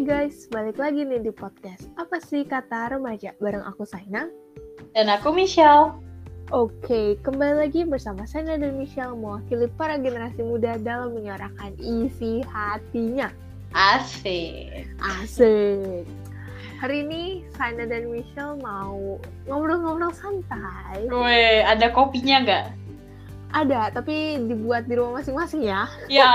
guys, balik lagi nih di podcast Apa sih Kata Remaja bareng aku Saina. Dan aku Michelle. Oke, kembali lagi bersama Saina dan Michelle mewakili para generasi muda dalam menyuarakan isi hatinya. Asik. Hari ini Saina dan Michelle mau ngobrol-ngobrol santai. Weh, ada kopinya nggak? Ada, tapi dibuat di rumah masing-masing ya. Ya.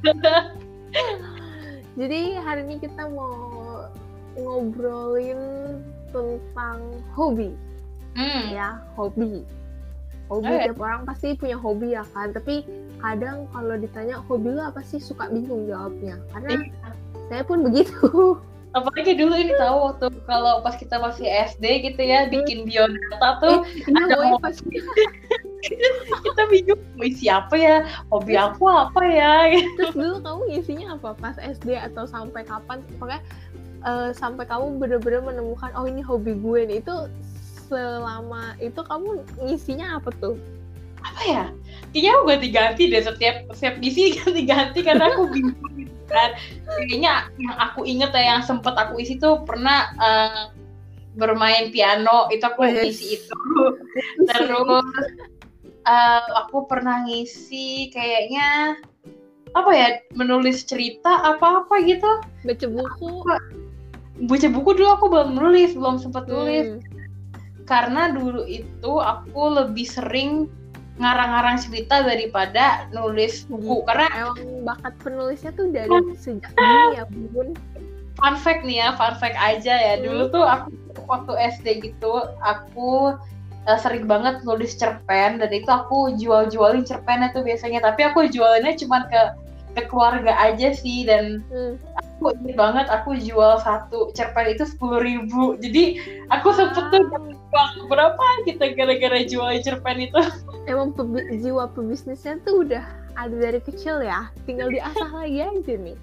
Jadi hari ini kita mau ngobrolin tentang hobi. Ya, hobi. Tiap orang pasti punya hobi ya kan. Tapi kadang kalau ditanya hobi lo apa sih, suka bingung jawabnya. Karena saya pun begitu. Apalagi dulu ini tahu waktu kalau pas kita masih SD gitu ya, bikin biodata tuh ada hobi. Kita bingung mau isi apa ya, hobi aku apa ya. Terus dulu kamu ngisinya apa pas SD atau sampai kapan? Pokoknya sampai kamu benar-benar menemukan oh ini hobi gue nih. Itu selama itu kamu ngisinya apa tuh? Apa ya? Kayaknya aku ganti-ganti deh, setiap ngisi ganti-ganti karena aku bingung gitu kan. Kayaknya yang aku inget ya, yang sempet aku isi tuh pernah bermain piano, itu aku ngisi itu. Terus aku pernah ngisi kayaknya apa ya, menulis cerita apa gitu. Baca buku Dulu aku belum sempat nulis. Karena dulu itu aku lebih sering ngarang-ngarang cerita daripada nulis buku. Karena emang bakat penulisnya tuh dari sejak dini ya bun. Fun fact aja ya. Dulu tuh aku waktu SD gitu, aku sering banget nulis cerpen, dan itu aku jualin cerpennya tuh biasanya. Tapi aku jualannya cuma ke keluarga aja sih. Dan aku ingat banget aku jual satu cerpen itu 10.000. Jadi aku sempet tuh uang berapa gitu gara-gara jual cerpen itu. Emang jiwa pebisnisnya tuh udah ada dari kecil ya, tinggal diasah lagi aja nih.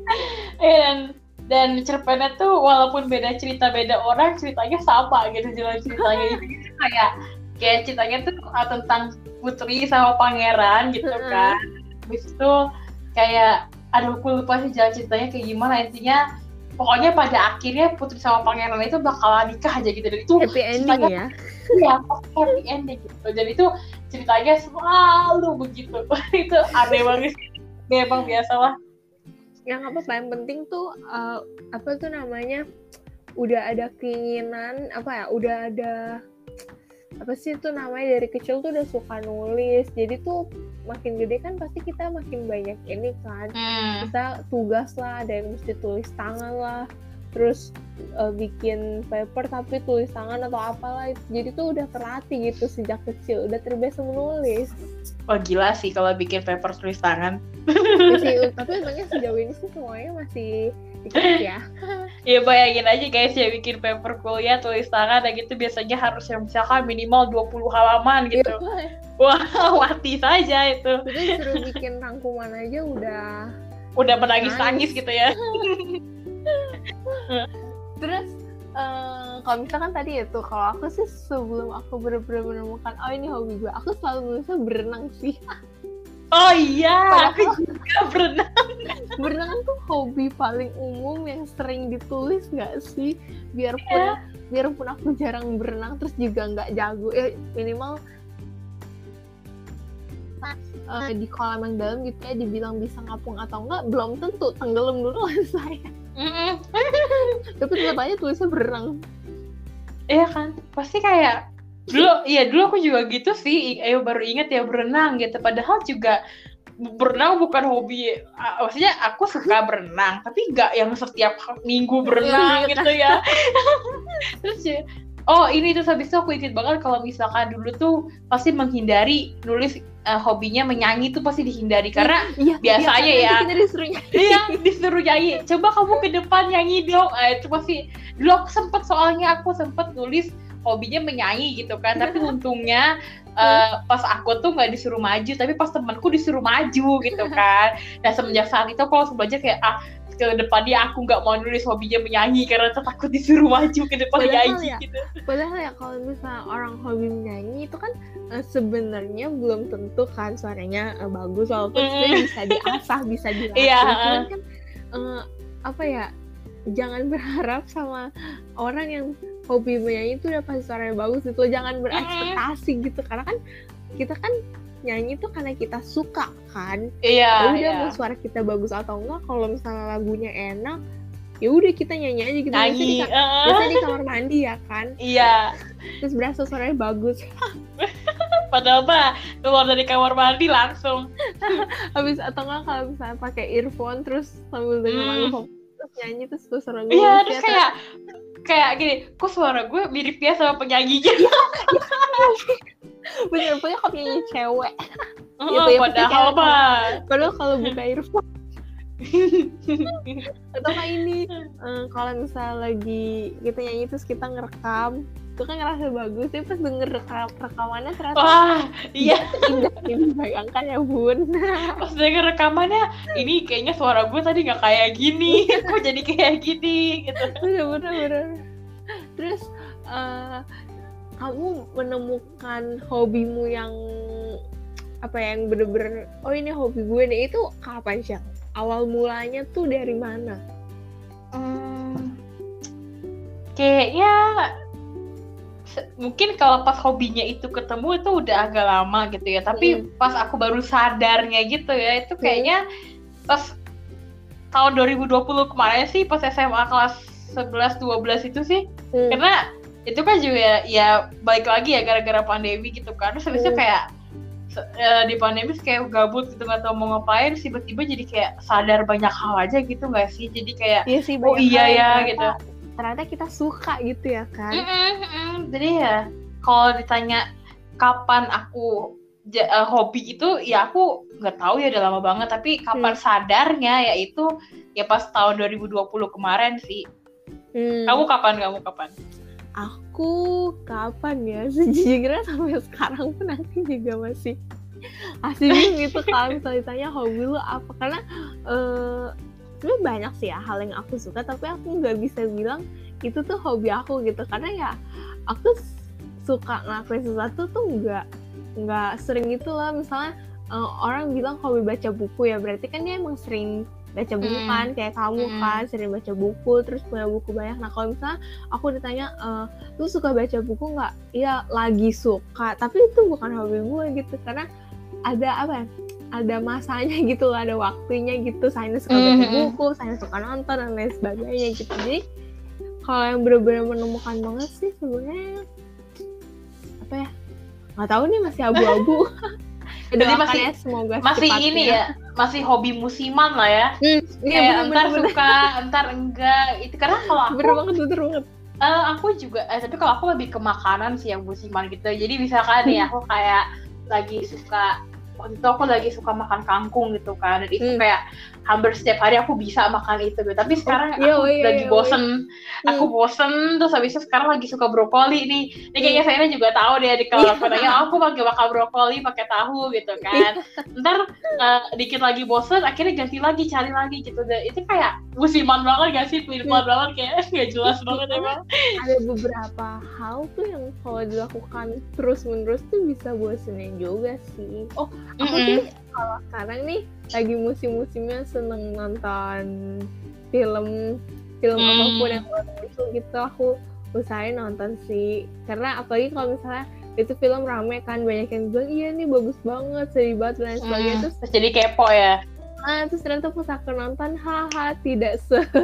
Dan cerpennya tuh walaupun beda cerita, beda orang, ceritanya sama gitu, jalan ceritanya gitu kayak ceritanya tuh tentang putri sama pangeran gitu kan. Habis itu kayak aku lupa sih jalan ceritanya kayak gimana, intinya pokoknya pada akhirnya putri sama pangeran itu bakalan nikah aja gitu. Dan itu happy ending ya. Iya, happy ending gitu. Dan itu ceritanya selalu begitu. Itu aneh banget. Memang biasa lah. Yang apa yang penting tuh apa tuh namanya, udah ada keinginan, udah ada apa sih itu namanya, dari kecil tuh udah suka nulis. Jadi tuh makin gede kan pasti kita makin banyak ini kan, kita tugas lah, ada yang mesti tulis tangan lah, terus bikin paper tapi tulis tangan atau apalah. Jadi tuh udah terlatih gitu sejak kecil, udah terbiasa menulis. Wah gila sih kalau bikin paper tulis tangan. Tapi untungnya sejauh ini sih semuanya masih ikut ya. Ya bayangin aja guys ya, bikin paper kuliah tulis tangan dan gitu biasanya harus yang misalkan minimal 20 halaman gitu. Wah mati saja itu. Tapi disuruh bikin rangkuman aja udah menangis gitu ya. Terus kalau misalkan tadi itu, kalau aku sih sebelum aku benar-benar menemukan oh ini hobi gue, aku selalu nulisnya berenang sih. Oh iya, aku juga berenang. Berenang tuh hobi paling umum yang sering ditulis nggak sih? Biarpun aku jarang berenang, terus juga nggak jago ya, minimal di kolam yang dalam gitu ya, dibilang bisa ngapung atau enggak belum tentu, tenggelam dulu saya. Tapi tetap aja tulisnya berenang. Iya kan, pasti kayak dulu aku juga gitu sih. Baru inget ya berenang gitu. Padahal juga berenang bukan hobi. Maksudnya aku suka berenang, tapi nggak yang setiap minggu berenang gitu ya. Terus ya, ini tuh habis itu aku inget banget kalau misalkan dulu tuh pasti menghindari nulis. Hobinya menyanyi tuh pasti dihindari karena biasanya ya disuruh nyanyi. Coba kamu ke depan nyanyi dong. Itu pasti dulu aku sempet nulis hobinya menyanyi gitu kan. Tapi untungnya pas aku tuh nggak disuruh maju, tapi pas temanku disuruh maju gitu kan. Dan semenjak saat itu aku langsung belajar kayak ke depannya aku nggak mau nulis hobinya menyanyi karena takut disuruh maju ke depan nyanyi gitu. Padahal ya kalau misalnya orang hobi menyanyi itu kan sebenarnya belum tentu kan suaranya bagus, walaupun bisa diasah, bisa dilatih. Kan jangan berharap sama orang yang hobi menyanyi itu udah pasti suaranya bagus gitu. Jangan berekspektasi gitu, karena kan kita kan nyanyi tuh karena kita suka kan. Iya. Udah mau suara kita bagus atau enggak, kalau misalnya lagunya enak, ya udah kita nyanyi aja gitu. Biasanya di kamar mandi ya kan. Iya. Terus berasa suaranya bagus. Padahal mah keluar dari kamar mandi langsung. Habis atau enggak kalau misalnya pakai earphone terus sambil dengar lagu terus nyanyi terus suara gue. Iya, terus kayak gini, kok suara gue mirip ya sama penyanyinya. Bener-bener kok penyanyi cewek. Padahal kalau buka earphone atau kayak ini kalau misalnya lagi kita nyanyi terus kita ngerekam itu kan ngerasa bagus, tapi pas denger rekamannya ternyata iya indah ini, bayangkan ya bun. Pas denger rekamannya ini kayaknya suara gue tadi nggak kayak gini, kok jadi kayak gini gitu. Bener. Terus kamu menemukan hobimu yang apa yang bener-bener ini hobi gue nih, itu kapan sih? Awal mulanya tuh dari mana? Kayaknya mungkin kalau pas hobinya itu ketemu itu udah agak lama gitu ya. Tapi pas aku baru sadarnya gitu ya, itu kayaknya pas tahun 2020 kemarin sih, pas SMA kelas 11-12 itu sih. Karena itu kan juga ya balik lagi ya gara-gara pandemi gitu kan. Terus habis itu kayak di pandemi kayak gabut gitu, nggak tahu mau ngapain, tiba-tiba jadi kayak sadar banyak hal aja gitu nggak sih, jadi kayak sih, gitu ternyata kita suka gitu ya kan. Jadi ya kalau ditanya kapan aku hobi itu ya aku nggak tahu ya, udah lama banget, tapi kapan sadarnya yaitu ya pas tahun 2020 kemarin sih. Kamu kapan? Aku kapan ya? Sejujurnya sampai sekarang pun aku juga masih bingung gitu kalau misalnya ditanya hobi lu apa, karena sebenarnya banyak sih ya hal yang aku suka, tapi aku nggak bisa bilang itu tuh hobi aku gitu, karena ya aku suka ngelakuin sesuatu tuh nggak sering gitu lah. Misalnya orang bilang hobi baca buku ya, berarti kan dia emang sering baca buku kan, kayak kamu kan sering baca buku terus punya buku banyak. Nah kalau misalnya aku ditanya lu suka baca buku nggak, ya lagi suka, tapi itu bukan hobi gue gitu, karena ada masanya gitu lah, ada waktunya gitu. Saya suka baca buku, saya suka nonton dan lain sebagainya gitu. Jadi kalau yang benar-benar menemukan banget sih sebenarnya apa ya, nggak tahu nih, masih abu-abu. Jadi masih ini ya, masih hobi musiman lah ya. Kayak entar suka, entar enggak. Itu karena kalau aku bener banget. Aku juga, tapi kalau aku lebih ke makanan sih yang musiman gitu. Jadi misalkan nih aku kayak lagi suka, waktu itu aku lagi suka makan kangkung gitu kan, dan itu kayak hampir setiap hari aku bisa makan itu gitu. Tapi sekarang aku lagi bosen, aku bosen, terus habis itu sekarang lagi suka brokoli nih. Ini kayaknya saya juga tahu deh di kalau aku nanya, aku pakai makan brokoli pakai tahu gitu kan. Ntar dikit lagi bosen, akhirnya ganti lagi, cari lagi gitu. Dan itu kayak musiman banget gak sih, pilihan banget, kayak nggak jelas banget emang. Ada beberapa hal tuh yang kalau dilakukan terus-menerus tuh bisa bosenin juga sih. Oh, aku sih kalau sekarang nih lagi musim-musimnya seneng nonton film apapun yang baru muncul gitu, aku usahain nonton sih. Karena apalagi kalau misalnya itu film rame kan, banyak yang bilang iya nih bagus banget, sedih banget dan lain sebagainya, terus jadi kepo ya. Terus ternyata pas aku nonton, tidak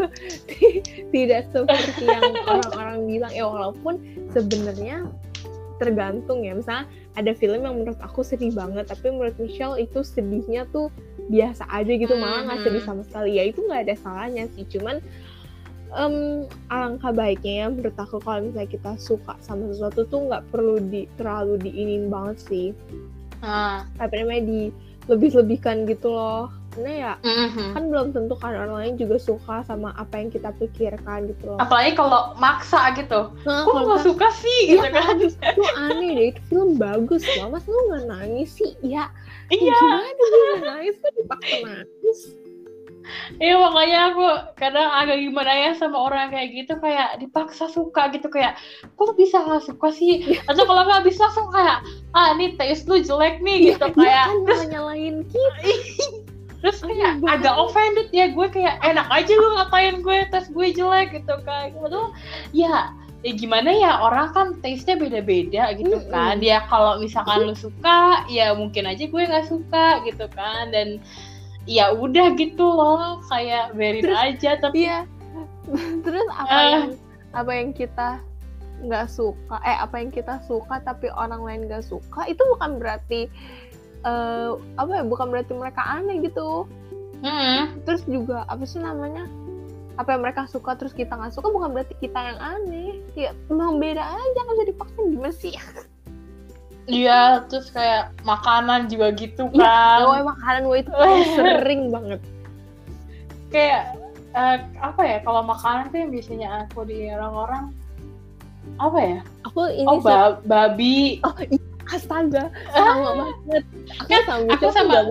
seperti yang orang-orang bilang. Walaupun sebenarnya tergantung ya, misalnya ada film yang menurut aku sedih banget, tapi menurut Michelle itu sedihnya tuh biasa aja gitu, malah nggak sedih sama sekali. Ya itu nggak ada salahnya sih, cuman alangkah baiknya ya menurut aku kalau misalnya kita suka sama sesuatu tuh nggak perlu terlalu diinin banget sih, tapi namanya lebih-lebihkan gitu loh. Karena ya kan belum tentu kan orang lain juga suka sama apa yang kita pikirkan gitu loh. Apalagi kalau maksa gitu, kok nggak suka sih gitu kan. Itu aneh deh, itu film bagus loh, mas lu nggak nangis sih? Ya iya, gimana dia nggak nangis, kok dipaksa nangis. Iya, makanya aku kadang agak gimana ya sama orang kayak gitu, kayak dipaksa suka gitu, kayak kok bisa nggak suka sih, atau kalau nggak bisa langsung kayak ini taste lu jelek nih gitu, kayak kan nyalain kita. Terus kayak agak offended ya, gue kayak enak aja lu ngatain gue tes gue jelek gitu kan. Padahal ya gimana ya, orang kan taste-nya beda-beda gitu kan. Dia kalau misalkan lu suka, ya mungkin aja gue nggak suka gitu kan. Dan ya udah gitu loh, kayak berin aja. Tapi iya. Terus apa yang kita nggak suka, apa yang kita suka tapi orang lain nggak suka, itu bukan berarti bukan berarti mereka aneh gitu. Terus juga apa sih namanya, apa yang mereka suka terus kita nggak suka, bukan berarti kita yang aneh. Ya emang beda aja, kan jadi paksa gimana sih. Iya, terus kayak makanan juga gitu kan. Ya, makanan gue itu sering banget. Kayak apa ya, kalau makanan tuh yang biasanya aku di orang-orang apa ya? Aku ini babi. Oh iya, astaga, sama banget. Aku sama.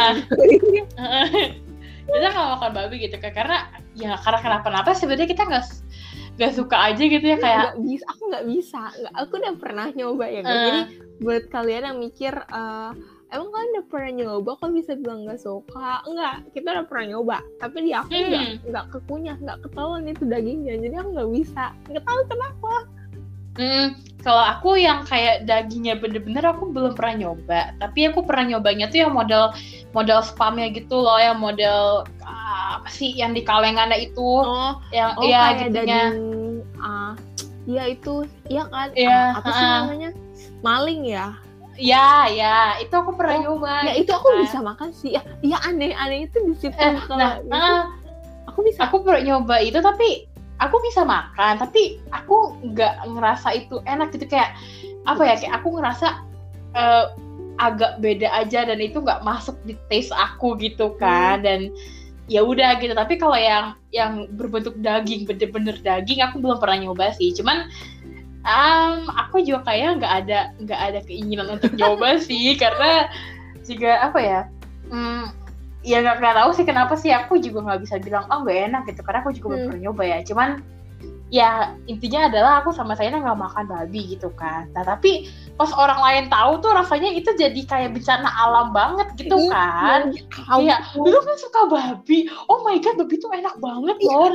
Kita nggak makan babi gitu kan, karena kenapa sebenarnya kita nggak suka aja gitu ya, kayak aku nggak bisa. Aku udah pernah nyoba ya guys. Jadi buat kalian yang mikir emang kalian udah pernah nyoba kok bisa bilang nggak suka? Enggak, kita udah pernah nyoba. Tapi di aku nggak kekunyah, nggak ketahuan itu dagingnya. Jadi aku nggak bisa. Nggak tahu kenapa. Kalau aku yang kayak dagingnya bener-bener aku belum pernah nyoba. Tapi aku pernah nyobanya tuh yang model spamnya gitu loh, yang model apa sih yang di kalengannya itu, yang kayak gitunya. Iya itu, iya kan? Apa sih namanya? Maling ya? Ya, itu aku pernah nyoba. Ya itu gitu aku kan. bisa makan sih. Ya aneh itu di situ. Aku bisa. Aku pernah nyoba itu, tapi aku bisa makan, tapi aku nggak ngerasa itu enak gitu. Kayak apa ya, kayak aku ngerasa agak beda aja, dan itu nggak masuk di taste aku gitu kan. Dan ya udah gitu. Tapi kalau yang berbentuk daging, bener-bener daging, aku belum pernah nyoba sih. Cuman aku juga kayak nggak ada keinginan untuk nyoba sih, karena juga apa ya, ya nggak tahu sih kenapa sih, aku juga nggak bisa bilang nggak enak gitu, karena aku juga belum pernah nyoba ya. Cuman ya intinya adalah aku sama Saina nggak makan babi gitu kan. Nah tapi pas orang lain tahu tuh rasanya itu jadi kayak bencana alam banget gitu kan. Kayak lu kan suka babi, oh my god babi tuh enak banget loh.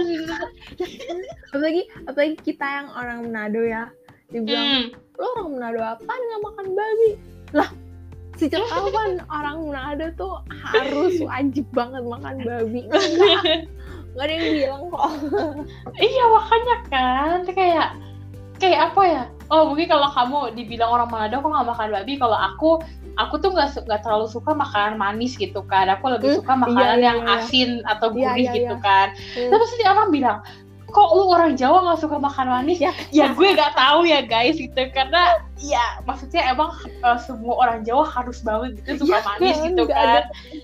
apalagi kita yang orang Manado ya, dibilang lu orang Manado apaan nggak makan babi lah. Sejak kapan orang Manado tuh harus wajib banget makan babi? Nggak ada yang bilang kok. Iya makanya kan, kayak apa ya? Oh mungkin kalau kamu dibilang orang Manado kok nggak makan babi, kalau aku tuh nggak terlalu suka makanan manis gitu kan. Aku lebih suka makanan yang asin atau gurih gitu kan. Tapi pasti orang bilang, kok lu orang Jawa nggak suka makan manis? Ya gue nggak tahu ya guys gitu, karena ya maksudnya emang semua orang Jawa harus banget gitu suka manis gitu kan.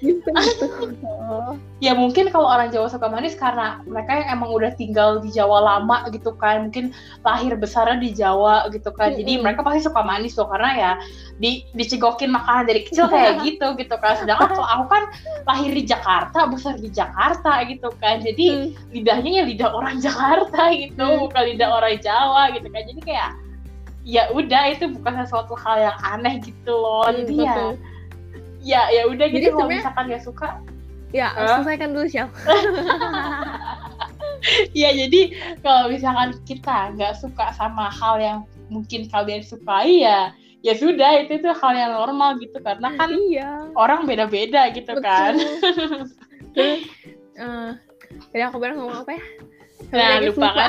Ya mungkin kalau orang Jawa suka manis karena mereka yang emang udah tinggal di Jawa lama gitu kan, mungkin lahir besarnya di Jawa gitu kan. Jadi mereka pasti suka manis tuh, karena ya dicegokin makanan dari kecil kayak gitu kan. Sedangkan kalau aku kan lahir di Jakarta, besar di Jakarta gitu kan. Jadi lidahnya ya lidah orang Jakarta gitu, bukan lidah orang Jawa gitu kan. Jadi kayak ya udah, itu bukan sesuatu hal yang aneh gitu loh. Jadi ya udah gitu. Kalau misalkan gak suka ya selesaikan dulu Syal. Ya jadi kalau misalkan kita nggak suka sama hal yang mungkin kalian sukai, ya sudah, itu tuh hal yang normal gitu, karena kan orang beda-beda gitu. Betul. Kan. Terus tadi aku baru ngomong apa ya? Nah lupa kan.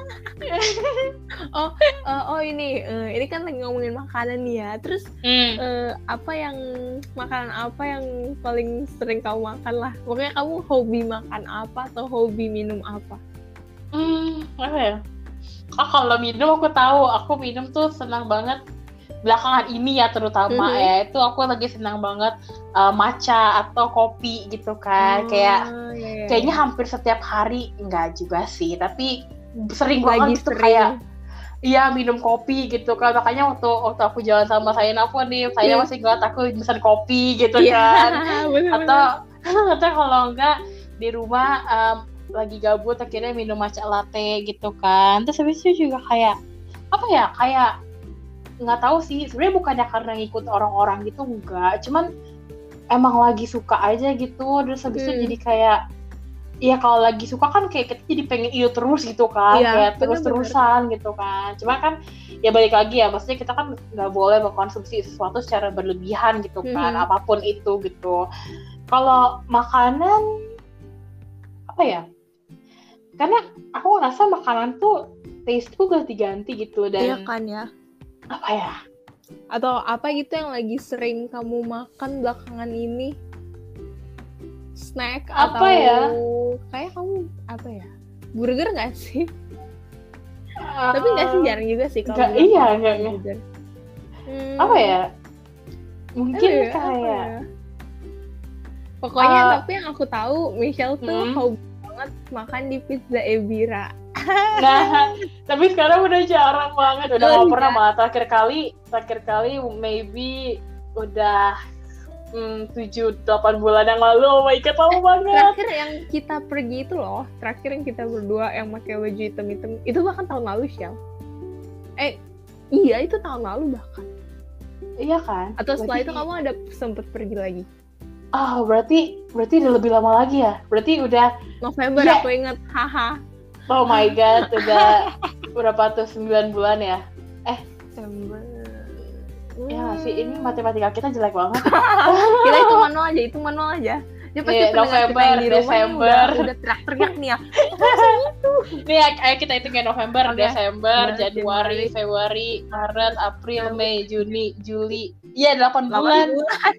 Ini kan lagi ngomongin makanan nih ya. Terus makanan apa yang paling sering kamu makan lah? Pokoknya kamu hobi makan apa atau hobi minum apa? Apa ya? Kalau minum aku tahu, aku minum tuh senang banget belakangan ini ya, terutama ya itu aku lagi senang banget matcha atau kopi gitu kan. Kayaknya hampir setiap hari, enggak juga sih, tapi sering banget gitu kayak minum kopi gitu kan. Makanya waktu aku jalan sama Saina nih, Saina masih ngeliat aku pesan kopi gitu kan. Atau kalau enggak di rumah lagi gabut akhirnya minum matcha latte gitu kan. Terus habis itu juga kayak apa ya, kayak nggak tahu sih sebenarnya, bukannya karena ngikut orang-orang gitu, enggak, cuman emang lagi suka aja gitu, terus habis itu jadi kayak ya kalau lagi suka kan kayak kita jadi pengen itu terus gitu kan, kayak terus-terusan gitu kan. Cuma kan ya balik lagi ya, maksudnya kita kan nggak boleh mengkonsumsi sesuatu secara berlebihan gitu kan, apapun itu gitu. Kalau makanan apa ya? Karena aku ngerasa makanan tuh taste-ku ganti-ganti gitu dan iya kan ya. Apa ya? Atau apa gitu yang lagi sering kamu makan belakangan ini? Snack apa atau ya? Kayak kamu apa ya? Burger nggak sih? Tapi nggak sih, jarang juga sih kalau enggak. Burger. Apa ya? Mungkin ya, kayak ya? Pokoknya tapi yang aku tahu Michelle tuh hobi banget makan di Pizza Ebira. Nah, tapi sekarang udah jarang banget, udah nggak pernah malah. Terakhir kali maybe udah 7-8 bulan yang lalu. Oh my god, lama banget. Terakhir yang kita pergi itu loh, terakhir yang kita berdua yang pakai baju hitam-hitam itu bahkan tahun lalu, Shell. Iya itu tahun lalu bahkan. Iya kan? Atau setelah itu kamu ada sempet pergi lagi? Oh, berarti udah lebih lama lagi ya? Berarti udah November aku inget, haha. Oh my god, udah berapa tuh, 9 bulan ya? Desember. Ya sih, ini matematika kita jelek banget. Kita itu manual aja. Dia pasti November, di Desember. Udah teriak-teriak nih ya. Nih, ayo kita hitungin November, Desember, Januari, Februari, Maret, April, Mei, Juni, Juli. Iya, 8 bulan.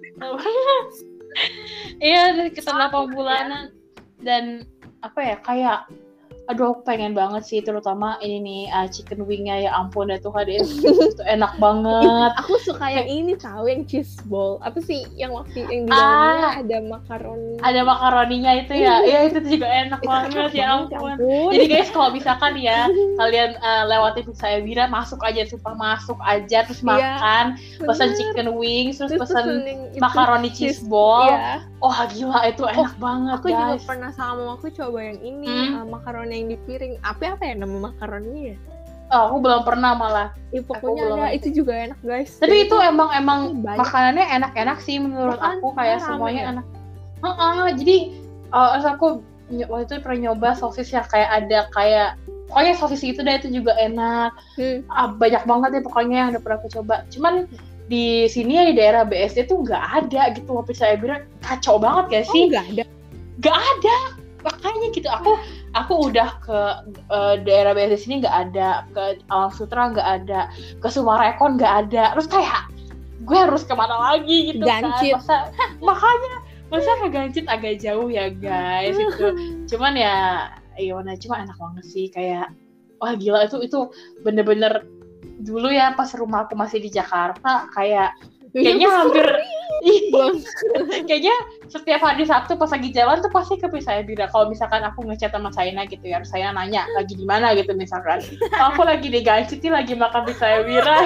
Iya, kita 8 bulanan. Dan apa ya, kayak aduh aku pengen banget sih, terutama ini nih chicken wing-nya, ya ampun ya Tuhan, itu enak banget. Aku suka yang ini tahu, yang cheese ball. Apa sih yang waktu yang di dalamnya ada makaroni. Ada makaroninya itu ya. Iya, itu juga enak banget ya ampun. Jadi guys, kalau misalkan ya kalian lewati Pizza Ebira, masuk aja terus makan, pesan chicken wings, terus pesan makaroni cheese ball. Oh gila, itu enak banget aku guys. Aku juga pernah sama mamaku coba yang ini, makaroni yang di piring. Apa ya nama makaroninya ya? Oh, aku belum pernah malah. Ya, pokoknya ada, itu juga enak guys. Tapi itu emang makanannya enak-enak sih menurut aku, kayak semuanya enak. Jadi aku waktu itu pernah nyoba sosis yang kayak ada kayak pokoknya sosis gitu deh, itu juga enak. Banyak banget ya pokoknya yang udah pernah aku coba. Cuman di sini ya, di daerah BSD tuh nggak ada gitu Pizza Ebira. Kacau banget gak sih? Nggak ada. Makanya gitu, aku udah ke daerah BSD sini nggak ada, ke Alam Sutra nggak ada, ke Sumarekon nggak ada. Terus kayak gue harus kemana lagi gitu Gancit. Kan? Masa ke Gancit agak jauh ya guys itu. Cuman ya cuma enak banget sih, kayak wah gila, itu bener-bener dulu ya pas rumah aku masih di Jakarta, kayaknya hampir kayaknya setiap hari Sabtu pas lagi jalan tuh pasti ke Pizza Ebira. Kalau misalkan aku ngechat sama Saina gitu ya, Saina nanya lagi di mana gitu misalkan, aku lagi di Gancit lagi makan Pizza Ebira.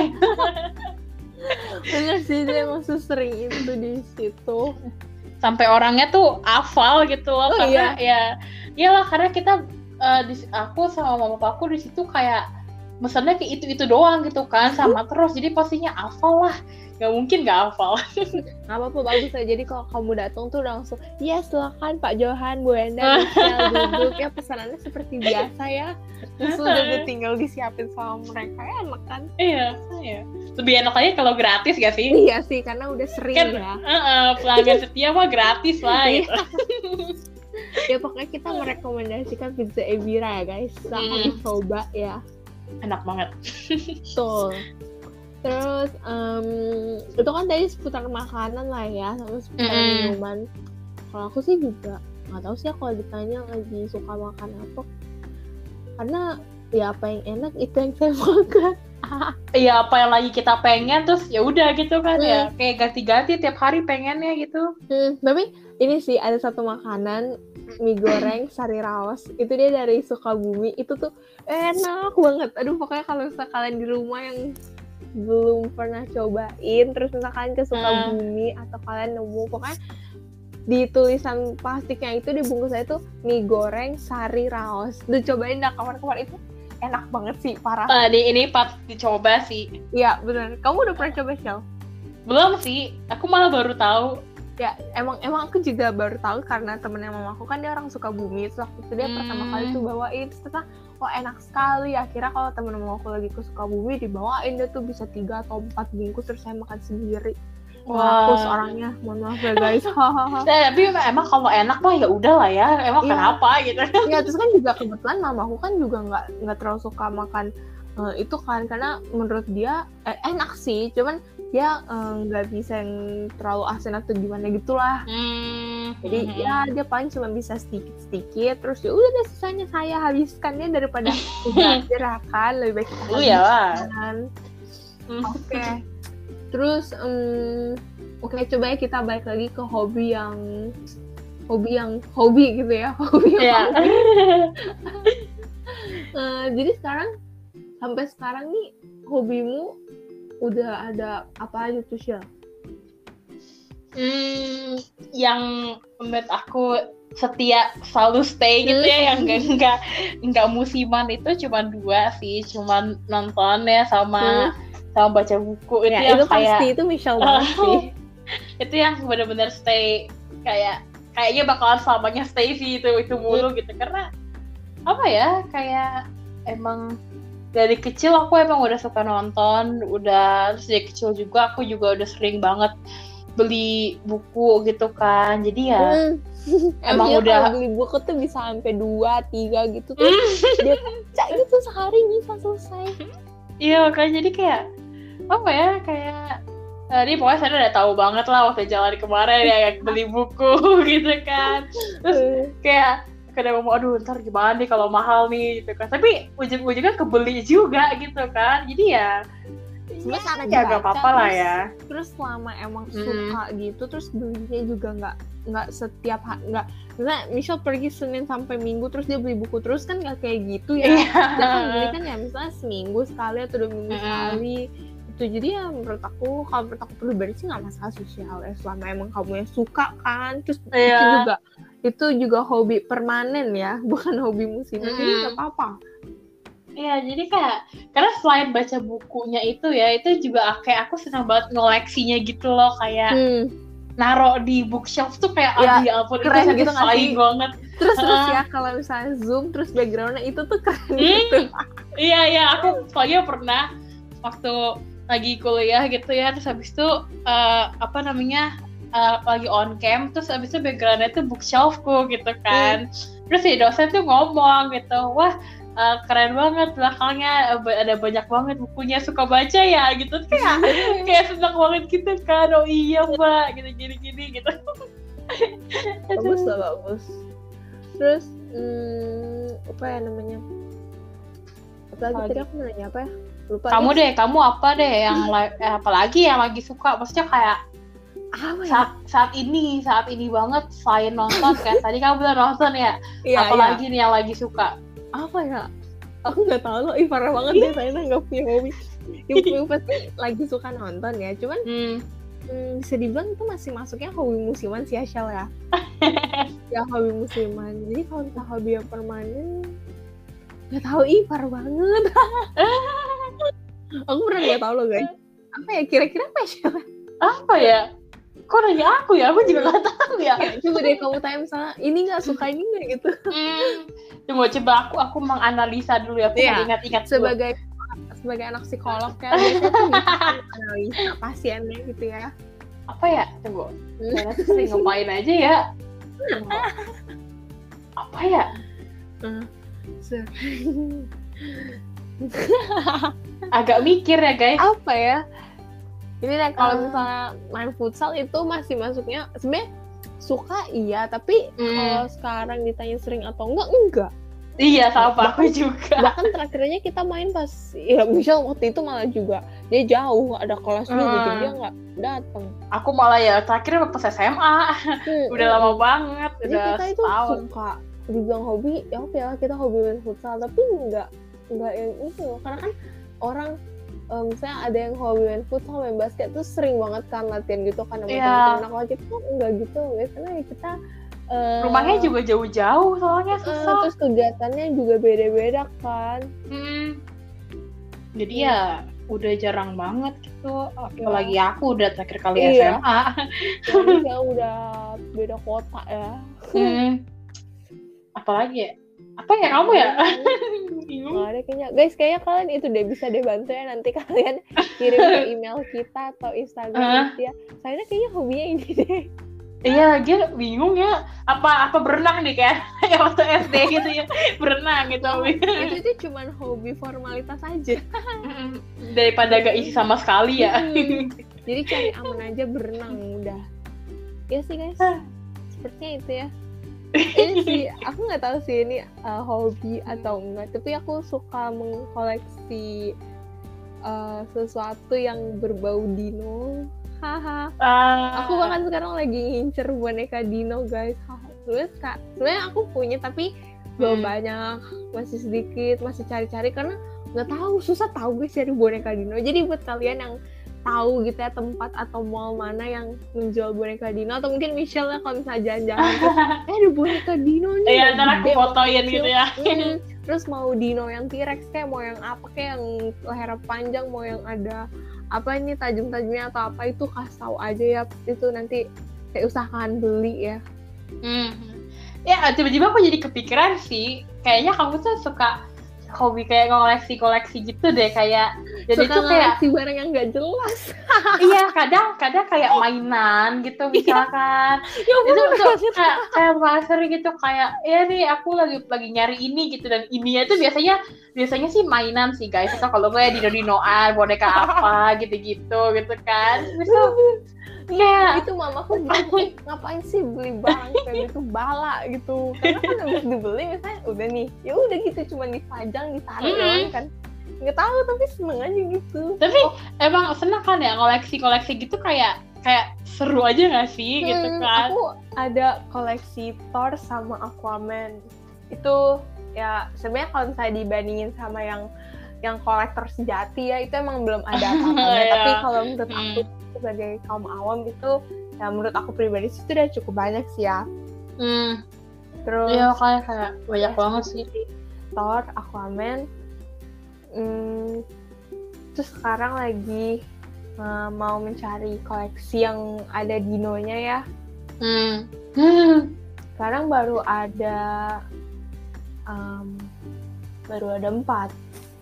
Bener sih, dia emang sering itu di situ. Sampai orangnya tuh hafal gitu loh, karena iyalah karena kita aku sama mama papaku di situ kayak mesennya kayak itu doang gitu kan, sama terus, jadi pastinya hafal lah, nggak mungkin nggak hafal. Nggak apa-apa, bagus aja. Jadi kalau kamu datang tuh langsung, ya silakan Pak Johan, Bu Enda, Michelle duduk ya, pesanannya seperti biasa ya, terus udah tinggal disiapin sama mereka, enak kan? Iya. Lebih enak aja kalau gratis gak sih? Iya sih, karena udah sering kan, ya. Pelanggan setia mah gratis lah gitu. Ya pokoknya kita merekomendasikan Pizza Ebira ya guys, silahkan dicoba ya. Enak banget. Betul. Terus itu kan tadi seputar makanan lah ya, sama seputar minuman. Kalau aku sih juga nggak tahu sih kalau ditanya lagi suka makan apa, karena ya apa yang enak itu yang saya makan. Iya, apa yang lagi kita pengen terus ya udah gitu kan ya, kayak ganti-ganti tiap hari pengennya gitu. Tapi ini sih ada satu makanan, mie goreng sari raos, itu dia dari Sukabumi, itu tuh enak banget. Aduh, pokoknya kalau misalnya kalian di rumah yang belum pernah cobain, terus misalkan ke Sukabumi atau kalian nemu, pokoknya di tulisan plastiknya itu dibungkusnya itu mie goreng sari raos. Udah cobain dah kawan-kawan, itu enak banget sih, parah. Ini pas dicoba sih. Iya benar. Kamu udah pernah coba, Shell? Belum sih, aku malah baru tahu. Ya emang aku juga baru tahu karena temennya mamaku kan dia orang Sukabumi. Terus waktu itu dia pertama kali tuh bawain, terus ternyata wah enak sekali. Akhirnya kalau temen mamaku lagi ke Sukabumi dibawain, dia tuh bisa 3 atau 4 bungkus, terus saya makan sendiri. Wah, aku seorangnya, mohon maaf ya guys. Tapi emang kalau enak mah ya udah lah ya, emang kenapa gitu. Iya, terus kan juga kebetulan mamaku kan juga nggak terlalu suka makan itu kan, karena menurut dia enak sih, cuman dia nggak bisa yang terlalu asin atau gimana gitulah. Jadi ya dia paling cuma bisa sedikit, terus ya udah deh sisanya saya habiskan ya, daripada udah kan lebih baik kita habiskan. Oke. Terus oke, coba ya kita balik lagi ke hobi gitu ya, jadi sampai sekarang nih hobimu udah ada apa aja tuh, Syah? Yang menurut aku setia selalu stay gitu ya, yang enggak musiman itu cuma 2 sih, cuma nonton ya sama baca buku. Itu yang kayak pasti itu Michelle banget sih. Itu yang benar-benar stay, kayaknya bakalan selamanya stay sih itu mulu gitu, karena apa ya, kayak emang dari kecil aku emang udah suka nonton, terus dari kecil juga aku juga udah sering banget beli buku gitu kan, jadi ya emang udah beli buku tuh bisa sampai 2-3 gitu tuh dia baca gitu sehari bisa selesai. Iya kan, jadi kayak apa ya, kayak ini pokoknya saya udah tahu banget lah waktu jalan kemarin ya beli buku gitu kan, terus kayak kadang ngomong aduh ntar gimana nih kalau mahal nih gitu kan, tapi ujung-ujungnya kebeli juga gitu kan, jadi ya nggak apa-apa lah ya. Terus selama emang suka gitu, terus belinya juga nggak setiap nggak, misalnya Michelle pergi Senin sampai Minggu terus dia beli buku terus kan, nggak kayak gitu ya. Dia kan beli kan ya misalnya seminggu sekali atau 2 minggu sekali itu. Jadi ya menurut aku pribadi sih nggak masalah sosial ya, selama emang kamu yang suka kan. Terus itu juga hobi permanen ya, bukan hobi musiman, jadi nggak apa-apa. Iya, jadi kayak karena selain baca bukunya itu ya, itu juga kayak aku senang banget ngoleksinya gitu loh, kayak naro di bookshelf tuh kayak ya ampun, keren itu gitu satisfying banget. Terus ya kalau misalnya zoom terus backgroundnya itu tuh keren gitu. Iya, aku soalnya pernah waktu lagi kuliah gitu ya, terus habis itu lagi on cam, terus habis itu backgroundnya tuh bookshelfku gitu kan. Terus si dosen tuh ngomong gitu, wah keren banget belakangnya ada banyak banget bukunya, suka baca ya gitu, kayak senang banget gitu kan. Oh iya mbak, gini gitu. Bagus. Terus apa ya namanya, tadi aku nanya apa ya, lupa. Kamu apa deh yang apalagi yang lagi suka, maksudnya kayak saat ini banget selain nonton kan, tadi kamu bilang nonton ya, apalagi nih yang lagi suka? Apa ya, aku nggak tahu loh, parah banget deh, saya nggak punya hobi. Yang pasti lagi suka nonton ya, cuman bisa dibilang itu masih masuknya hobi musiman sih Ashel ya. Ya hobi musiman. Jadi kalau kita hobi yang permanen nggak tahu, parah banget. Aku pernah nggak tahu loh guys. Apa ya kira-kira apa ya? Apa ya? Kok nanya aku ya? Aku juga nggak tahu ya. Coba deh kamu tanya misalnya ini nggak suka ini nggak gitu. Coba aku menganalisa dulu ya. Aku ingat-ingat sebagai anak psikolog ya, biasanya tuh bisa analisa pasiennya gitu ya. Apa ya? Tunggu. Saya sering ngapain aja ya. Apa ya? Agak mikir ya guys. Apa ya? Ini deh, kalau misalnya main futsal itu masih masuknya sebenarnya suka iya, tapi kalau sekarang ditanya sering atau enggak. Iya, sama aku juga. Bahkan terakhirnya kita main pas ya Michelle waktu itu malah juga dia jauh ada kelasnya gitu, dia nggak datang. Aku malah ya terakhir pas SMA. Udah lama banget. Jadi udah kita itu setahun. suka dibilang hobi ya oke lah, kita hobi main futsal, tapi nggak yang itu, karena kan orang misalnya ada yang hobi main futsal, main basket tuh sering banget kan latihan gitu kan sama teman-teman. Nah kalau kita tuh enggak gitu, biasanya kita rumahnya juga jauh-jauh soalnya susah. Terus kegiatannya juga beda-beda kan. Jadi ya udah jarang banget gitu. Apalagi aku udah terakhir kali Iya. SMA. Jadi saya udah beda kota ya. Apalagi ya? Apa ya kamu ya? Bingung. Nggak ada kayaknya. Guys, kayaknya kalian itu deh bisa deh bantu ya, nanti kalian kirim ke email kita atau Instagram ya. Soalnya kayaknya hobinya ini deh. Iya, dia bingung ya. Apa berenang nih kayak ya waktu SD gitu ya. Berenang gitu. Itu cuman hobi formalitas aja. Daripada gak isi sama sekali ya. Jadi cari aman aja, berenang udah. Ya sih guys. Sepertinya itu ya. Ini sih, aku nggak tahu sih ini hobi atau enggak, tapi aku suka mengkoleksi sesuatu yang berbau dino. Haha. Aku bahkan sekarang lagi ngincer boneka dino guys. Sebenarnya aku punya tapi belum banyak, masih sedikit, masih cari-cari karena nggak tahu, susah tahu guys cari boneka dino. Jadi buat kalian yang tahu gitu ya tempat atau mall mana yang menjual boneka dino, atau mungkin Michelle ya kalau misalnya jalan-jalan terus ada boneka dino nih. Iya, ntar aku fotoin gitu ya. Terus mau dino yang T-Rex kayak, mau yang apa kayak, yang lehernya panjang, mau yang ada apa ini tajam-tajamnya atau apa, itu kasih tahu aja ya, itu nanti kayak usahakan beli ya. Ya tiba-tiba aku jadi kepikiran sih, kayaknya kamu tuh suka hobi kayak koleksi gitu deh, kayak jadi suka tuh kayak barang yang nggak jelas. Iya, kadang kayak mainan gitu misalkan. Itu kayak pasar gitu, kayak ya nih aku lagi nyari ini gitu, dan ininya itu biasanya sih mainan sih guys, atau kalau gue dino-dinoan, boneka apa gitu kan. Iya, itu mamaku bilang, ngapain sih beli barang kayak gitu, bala gitu. Karena kan habis dibeli misalnya udah nih, ya udah gitu, cuma dipajang, ditaruh doang kan. Nggak tahu, tapi seneng aja gitu. Tapi emang seneng kan ya koleksi gitu, kayak seru aja nggak sih gitu kan. Aku ada koleksi Thor sama Aquaman. Itu ya sebenarnya kalau misalnya dibandingin sama yang kolektor sejati ya, itu emang belum ada apa-apanya. Tapi kalau menurut aku sebagai kaum awam itu, ya menurut aku pribadi itu udah cukup banyak sih ya. Terus ya kayak banyak banget sih. Thor, Aquaman. Terus sekarang lagi mau mencari koleksi yang ada dinonya ya. Sekarang baru ada 4.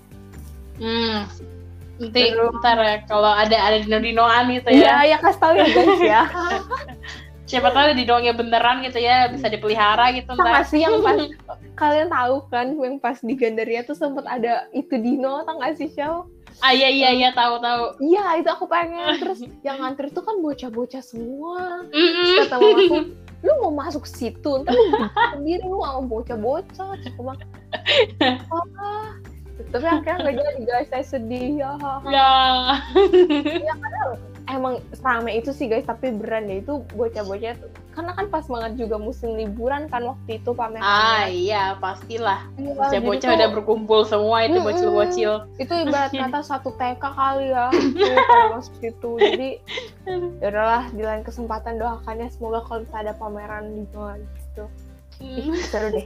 Nanti ntar ya kalau ada dino-dinoan gitu ya. Iya, kasih tahu ya guys ya. Siapa tahu dinonya beneran gitu ya, bisa dipelihara gitu ntar. Sama sih yang pas kalian tahu kan, yang pas di Gandaria tuh sempat ada itu dino, tau gak sih Syau? Iya tahu. Iya, itu aku pengen. Terus yang ngantri tuh kan bocah-bocah semua. Terus kata mamaku, lu mau masuk situ, ntar lu sendiri, lu sama bocah-bocah. Terus aku bilang, tapi akhirnya nggak jadi guys, saya sedih ya. Ya kadang emang ramai itu sih guys, tapi beran deh itu bocah-bocah tuh, karena kan pas banget juga musim liburan kan waktu itu pamerannya. Iya pastilah, bocah-bocah udah berkumpul semua itu, bocil-bocil. Itu ibarat kata satu TK kali ya, kalau masuk situ. Jadi ya udahlah, di lain kesempatan doakannya semoga kalau bisa ada pameran di luar gitu. Seru deh.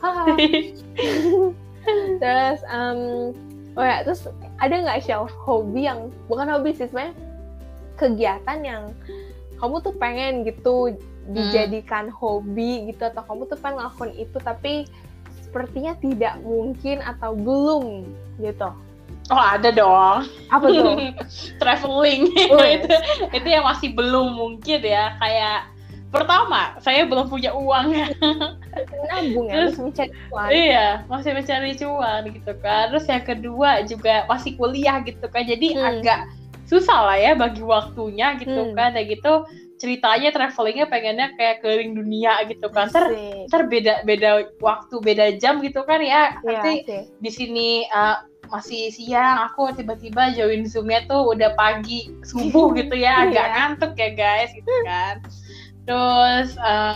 Terus terus ada nggak Shell hobi yang bukan hobi sih sebenarnya, kegiatan yang kamu tuh pengen gitu dijadikan hobi gitu, atau kamu tuh pengen ngelakuin itu tapi sepertinya tidak mungkin atau belum gitu? Oh ada dong. Apa tuh? Traveling. Itu yang masih belum mungkin ya. Kayak pertama, saya belum punya uang ya. Nabung ya, masih mencari cuan. Iya, masih mencari cuan gitu kan. Terus yang kedua juga masih kuliah gitu kan. Jadi agak susah lah ya bagi waktunya gitu kan. Kayak gitu ceritanya travelingnya pengennya kayak keliling dunia gitu kan. Ntar beda waktu, beda jam gitu kan ya. Nanti di sini masih siang, aku tiba-tiba join Zoom-nya tuh udah pagi, subuh gitu ya. Agak ngantuk ya guys gitu kan. Terus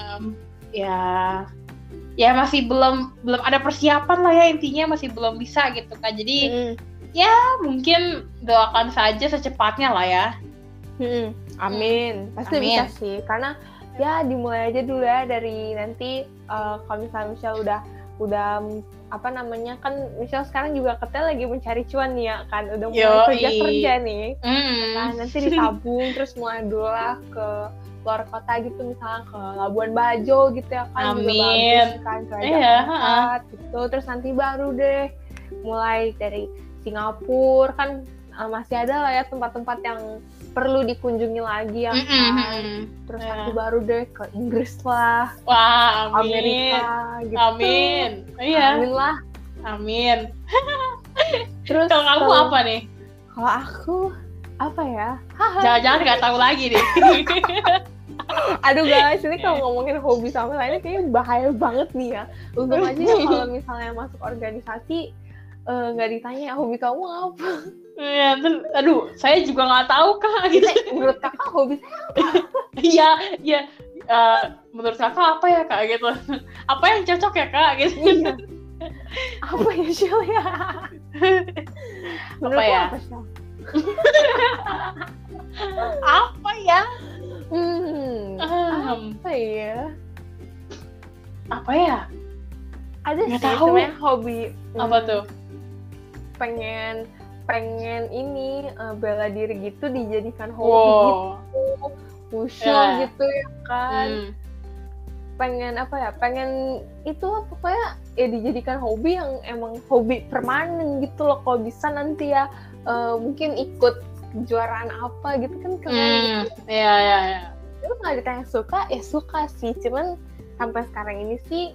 ya masih belum ada persiapan lah ya, intinya masih belum bisa gitu kan. Jadi ya mungkin doakan saja secepatnya lah ya. Amin. Pasti bisa sih, karena ya dimulai aja dulu ya dari nanti kalau misalnya udah udah apa namanya kan misal sekarang juga katanya lagi mencari cuan nih ya kan udah mulai kerja nih kan nanti ditabung terus mulai dulu lah ke luar kota gitu misalnya ke Labuan Bajo gitu ya kan juga bagus kan kerajaan gitu terus nanti baru deh mulai dari Singapura kan masih ada lah ya tempat-tempat yang perlu dikunjungi lagi ya kan. Terus nanti baru deh ke Inggris lah. Wah, amin. Amerika gitu. Amin. Iya. Amin lah. Amin. Terus kalau kamu apa nih? Kalau aku apa ya? Jangan-jangan nggak tahu lagi nih. Aduh guys, ini kalau ngomongin hobi sama lainnya kayaknya bahaya banget nih ya. Untung aja ya kalau misalnya masuk organisasi nggak ditanya hobi kamu apa. Ya, aduh, saya juga nggak tahu kak. Gitu. Menurut kakak hobi saya apa? Iya, iya. Menurut kakak apa ya kak gitu? Apa yang cocok ya kak gitu? Iya. Apa ya Shil ya? Menurut apa ya? Apa Shil? Apa ya? Apa ya? Apa ya? Ada nggak sih tahu. sebenarnya hobi. Apa tuh? Pengen ini bela diri gitu dijadikan hobi gitu, wushu gitu ya kan. Pengen apa ya? Pengen itu pokoknya ya dijadikan hobi yang emang hobi permanen gitu loh. Kalau bisa nanti ya mungkin ikut kejuaraan apa gitu kan keren. Iya. Itu kalau ditanya suka ya suka sih. Cuman sampai sekarang ini sih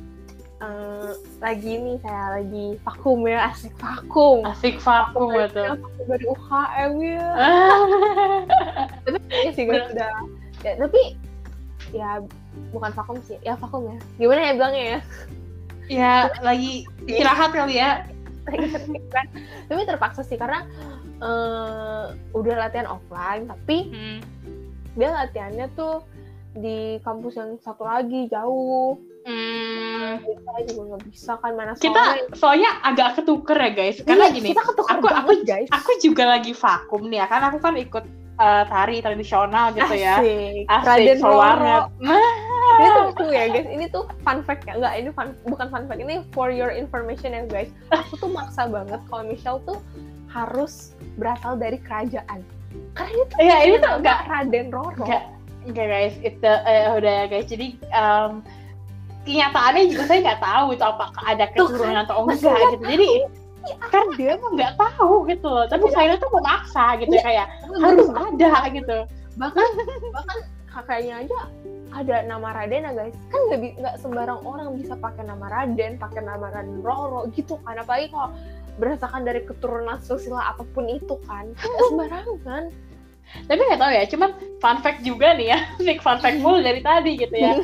lagi vakum ya, asik vakum betul. Vakum dari UKM ya. Tapi ya sih gue udah ya, tapi ya bukan vakum sih, ya vakum ya. Gimana ya bilangnya ya? Ya lagi istirahat kali ya. Tapi terpaksa sih karena udah latihan offline tapi dia latihannya tuh di kampus yang satu lagi jauh. Kita juga nggak bisa kan mana kita soalnya agak ketuker ya guys karena gini aku juga lagi vakum nih ya kan aku kan ikut tari tradisional gitu ya. Asik banget. Ini tuh ya guys, ini tuh fun fact ya enggak, ini bukan fun fact, ini for your information ya guys. Aku tuh maksa banget kalau Michelle tuh harus berasal dari kerajaan karena itu ini tuh enggak Raden Roro. Enggak guys, itu udah ya guys. Jadi kenyataannya juga saya nggak tahu itu apakah ada keturunan atau enggak gitu. Jadi kan dia emang nggak tahu gitu loh. Tapi saya tuh memaksa gitu kayak harus ada gitu. Bahkan kakaknya aja ada nama Raden ya guys. Kan nggak sembarang orang bisa pakai nama Raden Roro gitu kan. Apalagi kalau berdasarkan dari keturunan silsilah apapun itu kan. Nggak sembarangan. Tapi nggak tahu ya. Cuman fun fact juga nih ya. Fun fact mulu dari tadi gitu ya.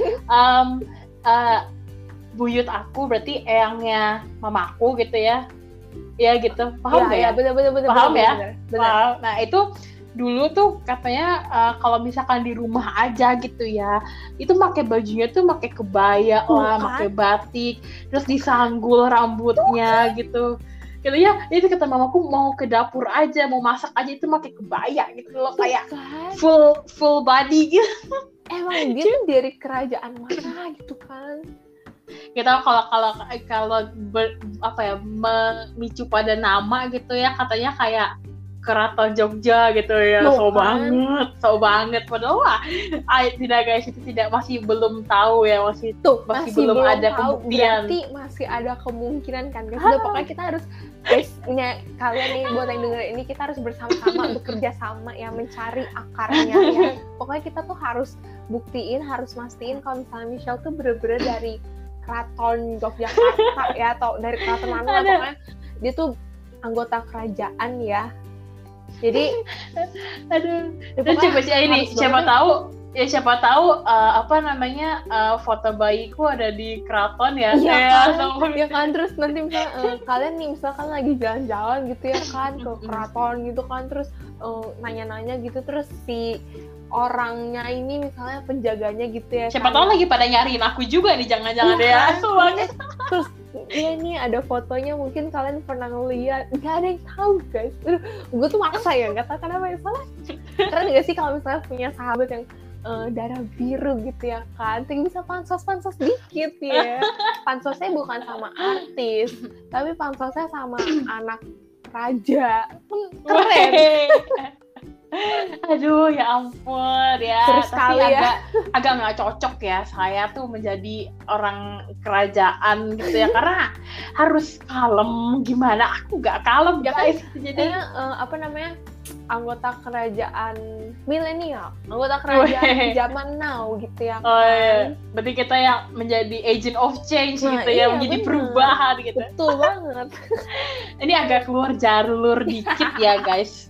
Buyut aku berarti eyangnya mamaku gitu ya gitu, paham nggak ya? Bener, paham ya? Bener. Paham. Nah itu dulu tuh katanya kalau misalkan di rumah aja gitu ya, itu pakai bajunya tuh pakai kebaya lah, pakai batik, terus disanggul rambutnya gitu ya. Itu kata mamaku mau ke dapur aja, mau masak aja itu pakai kebaya gitu loh, kayak full body gitu. Emang dia tuh dari kerajaan mana gitu kan? Gak tau kalau memicu pada nama gitu ya, katanya kayak Keraton Jogja gitu ya. So banget padahal tidak guys, itu masih belum tahu ya, masih belum ada pembuktian. Berarti masih ada kemungkinan kan guys. Pokoknya kita harus guys, ini kalian nih buat yang denger ini, kita harus bersama-sama bekerja sama ya mencari akarnya ya. Pokoknya kita tuh harus buktiin, harus mastiin kalau misalnya Michelle tuh bener-bener dari Keraton Yogyakarta ya, atau dari keraton mana, pokoknya dia tuh anggota kerajaan ya. Jadi dan coba sih ini siapa tahu foto bayiku ada di keraton ya. Ya kan, terus nanti misalnya kalian nih misalkan lagi jalan-jalan gitu ya kan ke keraton gitu kan, terus nanya-nanya gitu, terus si orangnya ini misalnya penjaganya gitu ya, siapa tahu lagi pada nyariin aku juga nih, jangan-jangan ya. Terus ini ada fotonya, mungkin kalian pernah ngeliat, nggak ada yang tahu guys. Gue tuh maksa ya, nggak tahu kenapa ya, soalnya keren nggak sih kalau misalnya punya sahabat yang darah biru gitu ya kan, terus bisa pansos dikit ya. Pansosnya bukan sama artis, tapi pansosnya sama anak raja. Keren. Aduh ya ampun ya. Terus tapi sekali agak nggak cocok ya saya tuh menjadi orang kerajaan gitu ya, karena harus kalem. Gimana aku nggak kalem guys. Jadi apa namanya, anggota kerajaan milenial, anggota kerajaan zaman now gitu ya kan. Oh iya, berarti kita yang menjadi agent of change gitu ya, menjadi perubahan gitu. Betul banget. Ini agak keluar jalur dikit ya guys.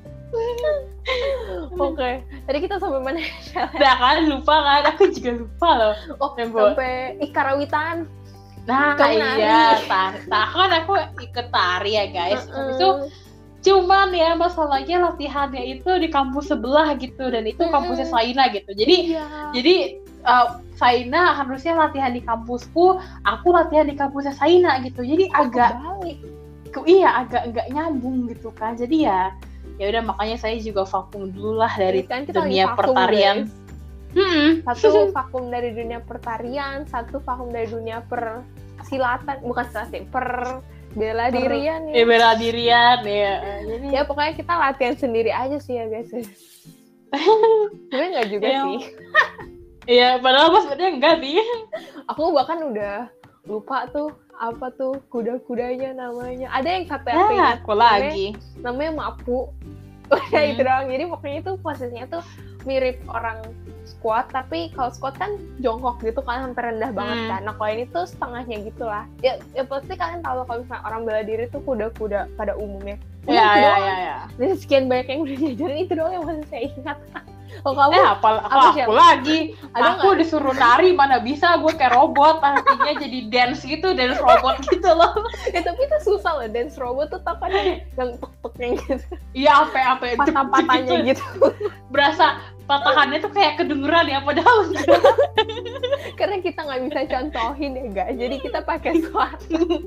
Oke, tadi kita sampai mana? Udah kan, lupa kan? Aku juga lupa loh. Oh, sampai Karawitan. Nah, iya, aku ikut tari ya guys. Habis itu cuman ya masalahnya latihannya itu di kampus sebelah gitu, dan itu kampusnya Saina gitu. Jadi Saina harusnya latihan di kampusku, aku latihan di kampusnya Saina gitu. Jadi agak balik. Agak nggak nyambung gitu kan. Jadi ya udah, makanya saya juga vakum dulu lah dari dunia pertarian. Satu vakum dari dunia pertarian, satu vakum dari dunia persilatan, bukan silatan, bela dirian ya. Bela dirian ya. Jadi ya pokoknya kita latihan sendiri aja sih ya guys. Sebenarnya nggak juga sih. Iya, padahal sebenarnya enggak sih. Aku bahkan udah lupa tuh apa tuh kuda-kudanya namanya. Ada yang satu yang ingat. Aku lagi. Namanya Mapu. Udah itu doang. Jadi pokoknya itu posisinya tuh mirip orang squat, tapi kalau squat kan jongkok gitu kan, hampir rendah banget kan. Nah kalau ini tuh setengahnya gitulah. Ya pasti kalian tahu kalau misalnya orang bela diri tuh kuda-kuda pada umumnya. Iya. Dan sekian banyak yang udah diajarin, itu doang yang masih saya ingat. Oh, kamu aku lagi. Aku disuruh nari, mana bisa, gue kayak robot, artinya jadi dance robot gitu loh. Ya tapi itu susah loh, dance robot tuh apa yang tek-teknya gitu. Iya, apa patah-patahnya gitu. Berasa patahannya tuh kayak kedengeran ya, padahal enggak. Karena kita nggak bisa contohin ya guys, jadi kita pakai suara.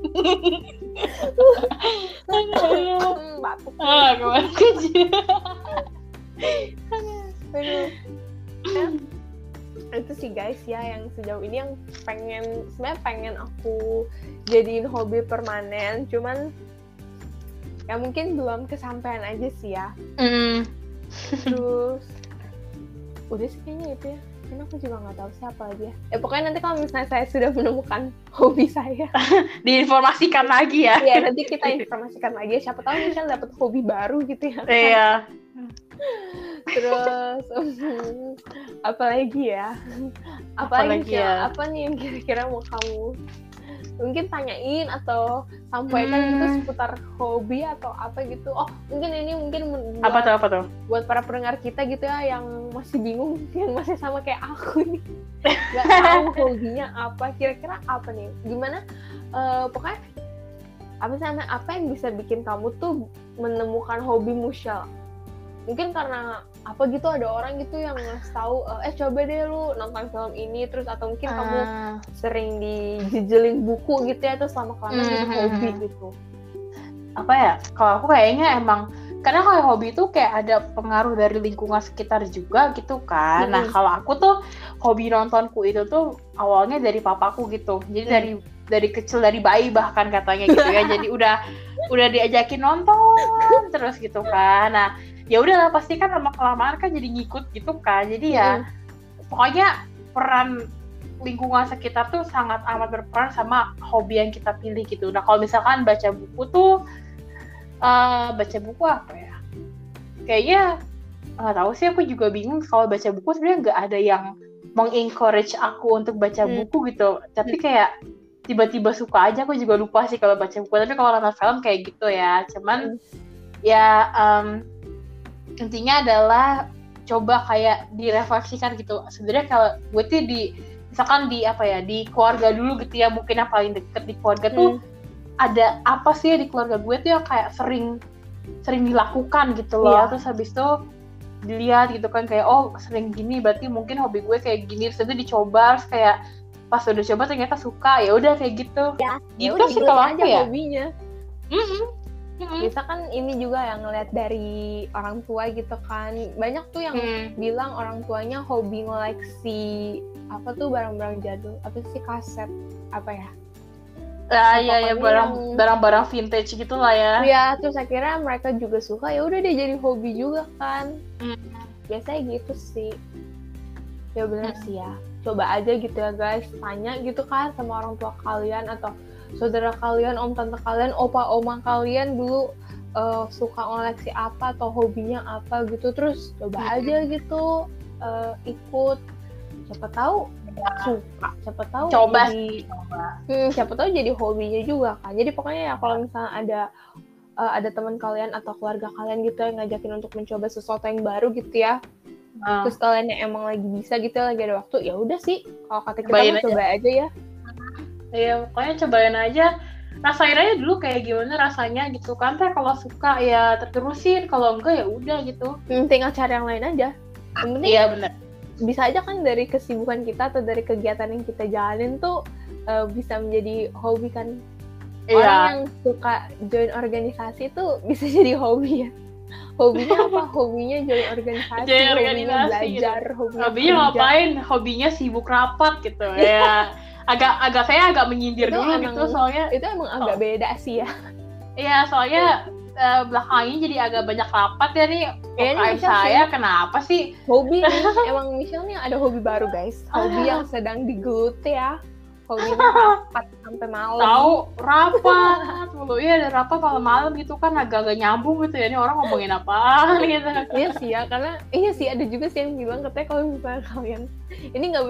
Batuk. Gimana sih? Itu sih guys ya, yang sejauh ini yang pengen aku jadiin hobi permanen, cuman ya mungkin belum kesampaian aja sih ya. Terus udah sih kayaknya itu ya, karena aku juga nggak tahu siapa lagi ya. Pokoknya nanti kalau misalnya saya sudah menemukan hobi saya, diinformasikan lagi ya. Iya, nanti kita informasikan lagi, siapa tahu misalnya dapat hobi baru gitu ya kan? Iya. Terus apalagi ya? Apalagi ya? Apa nih yang kira-kira mau kamu mungkin tanyain atau sampaikan gitu seputar hobi atau apa gitu? Oh, mungkin ini buat, apa tuh? Buat para pendengar kita gitu ya, yang masih bingung, yang masih sama kayak aku nih, nggak tahu hobinya apa, kira-kira apa nih? Gimana? Pokoknya apa yang bisa bikin kamu tuh menemukan hobi Syal? Mungkin karena apa gitu, ada orang gitu yang ngasih tahu, coba deh lu nonton film ini, terus atau mungkin kamu sering dijejelin buku gitu ya, terus lama-kelamaan jadi hobi gitu. Apa ya, kalau aku kayaknya emang karena kalau hobi itu kayak ada pengaruh dari lingkungan sekitar juga gitu kan. Nah kalau aku tuh hobi nontonku itu tuh awalnya dari papaku gitu, jadi dari kecil, dari bayi bahkan katanya gitu ya. Jadi udah diajakin nonton terus gitu kan. Nah ya udahlah, pasti kan lama-kelamaan kan jadi ngikut gitu kan. Jadi ya pokoknya peran lingkungan sekitar tuh sangat amat berperan sama hobi yang kita pilih gitu. Nah kalau misalkan baca buku tuh baca buku apa ya, kayaknya nggak tahu sih, aku juga bingung. Kalau baca buku sebenarnya nggak ada yang mengencourage aku untuk baca buku gitu, tapi kayak tiba-tiba suka aja. Aku juga lupa sih kalau baca buku, tapi kalau nonton film kayak gitu ya. Cuman ya intinya adalah coba kayak direfleksikan gitu. Sebenarnya kalau gue tuh misalkan di keluarga dulu gitu ya, mungkin yang paling deket di keluarga tuh ada apa sih di keluarga gue tuh yang kayak sering dilakukan gitu loh. Terus habis itu dilihat gitu kan, kayak oh sering gini, berarti mungkin hobi gue kayak gini. Terus itu dicoba, terus kayak pas udah coba ternyata suka, ya udah kayak gitu. Ya gitu sih kalau aku ya. Hobinya. Bisa kan ini juga yang ngeliat dari orang tua gitu kan. Banyak tuh yang bilang orang tuanya hobi ngoleksi apa tuh barang-barang jadul, apa sih kaset apa ya? Ya barang-barang vintage gitu lah ya. Iya, terus akhirnya mereka juga suka, ya udah dia jadi hobi juga kan. Biasanya gitu sih. Ya benar sih ya. Coba aja gitu ya guys, tanya gitu kan sama orang tua kalian atau saudara kalian, om tante kalian, opa oma kalian dulu suka ngoleksi apa atau hobinya apa gitu, terus coba aja gitu ikut, siapa tahu suka, siapa tahu siapa tahu jadi hobinya juga kan. Jadi pokoknya ya kalau misalnya ada teman kalian atau keluarga kalian gitu yang ngajakin untuk mencoba sesuatu yang baru gitu ya, terus kalian yang emang lagi bisa gitu, lagi ada waktu, ya udah sih kalau kata kita coba aja ya. Iya, pokoknya cobain aja, rasain aja dulu kayak gimana rasanya gitu kan. Kalau suka ya terterusin, kalau enggak ya udah gitu. Tinggal cari yang lain aja. Iya benar. Bisa aja kan dari kesibukan kita atau dari kegiatan yang kita jalanin tuh bisa menjadi hobi kan. Orang yang suka join organisasi tuh bisa jadi hobi ya. Hobinya apa? Hobinya join organisasi, hobinya belajar, gitu. Hobinya ngapain? Hobinya sibuk rapat gitu ya. Agak menyindir itu dulu emang, gitu soalnya itu emang agak beda sih ya. Iya, soalnya belakangnya jadi agak banyak rapat ya nih. Saya kenapa sih? Hobi nih, emang Michelle nih ada hobi baru guys. Hobi yang sedang digeluti ya. Hobinya rapat sampai malam. Tahu rapat mulu ya, ada rapat malam-malam gitu kan, agak nyambung gitu ya. Ini orang ngomongin apa gitu. Iya sih ya, karena iya sih ada juga sih yang bilang katanya kalau misalnya kalian ini nggak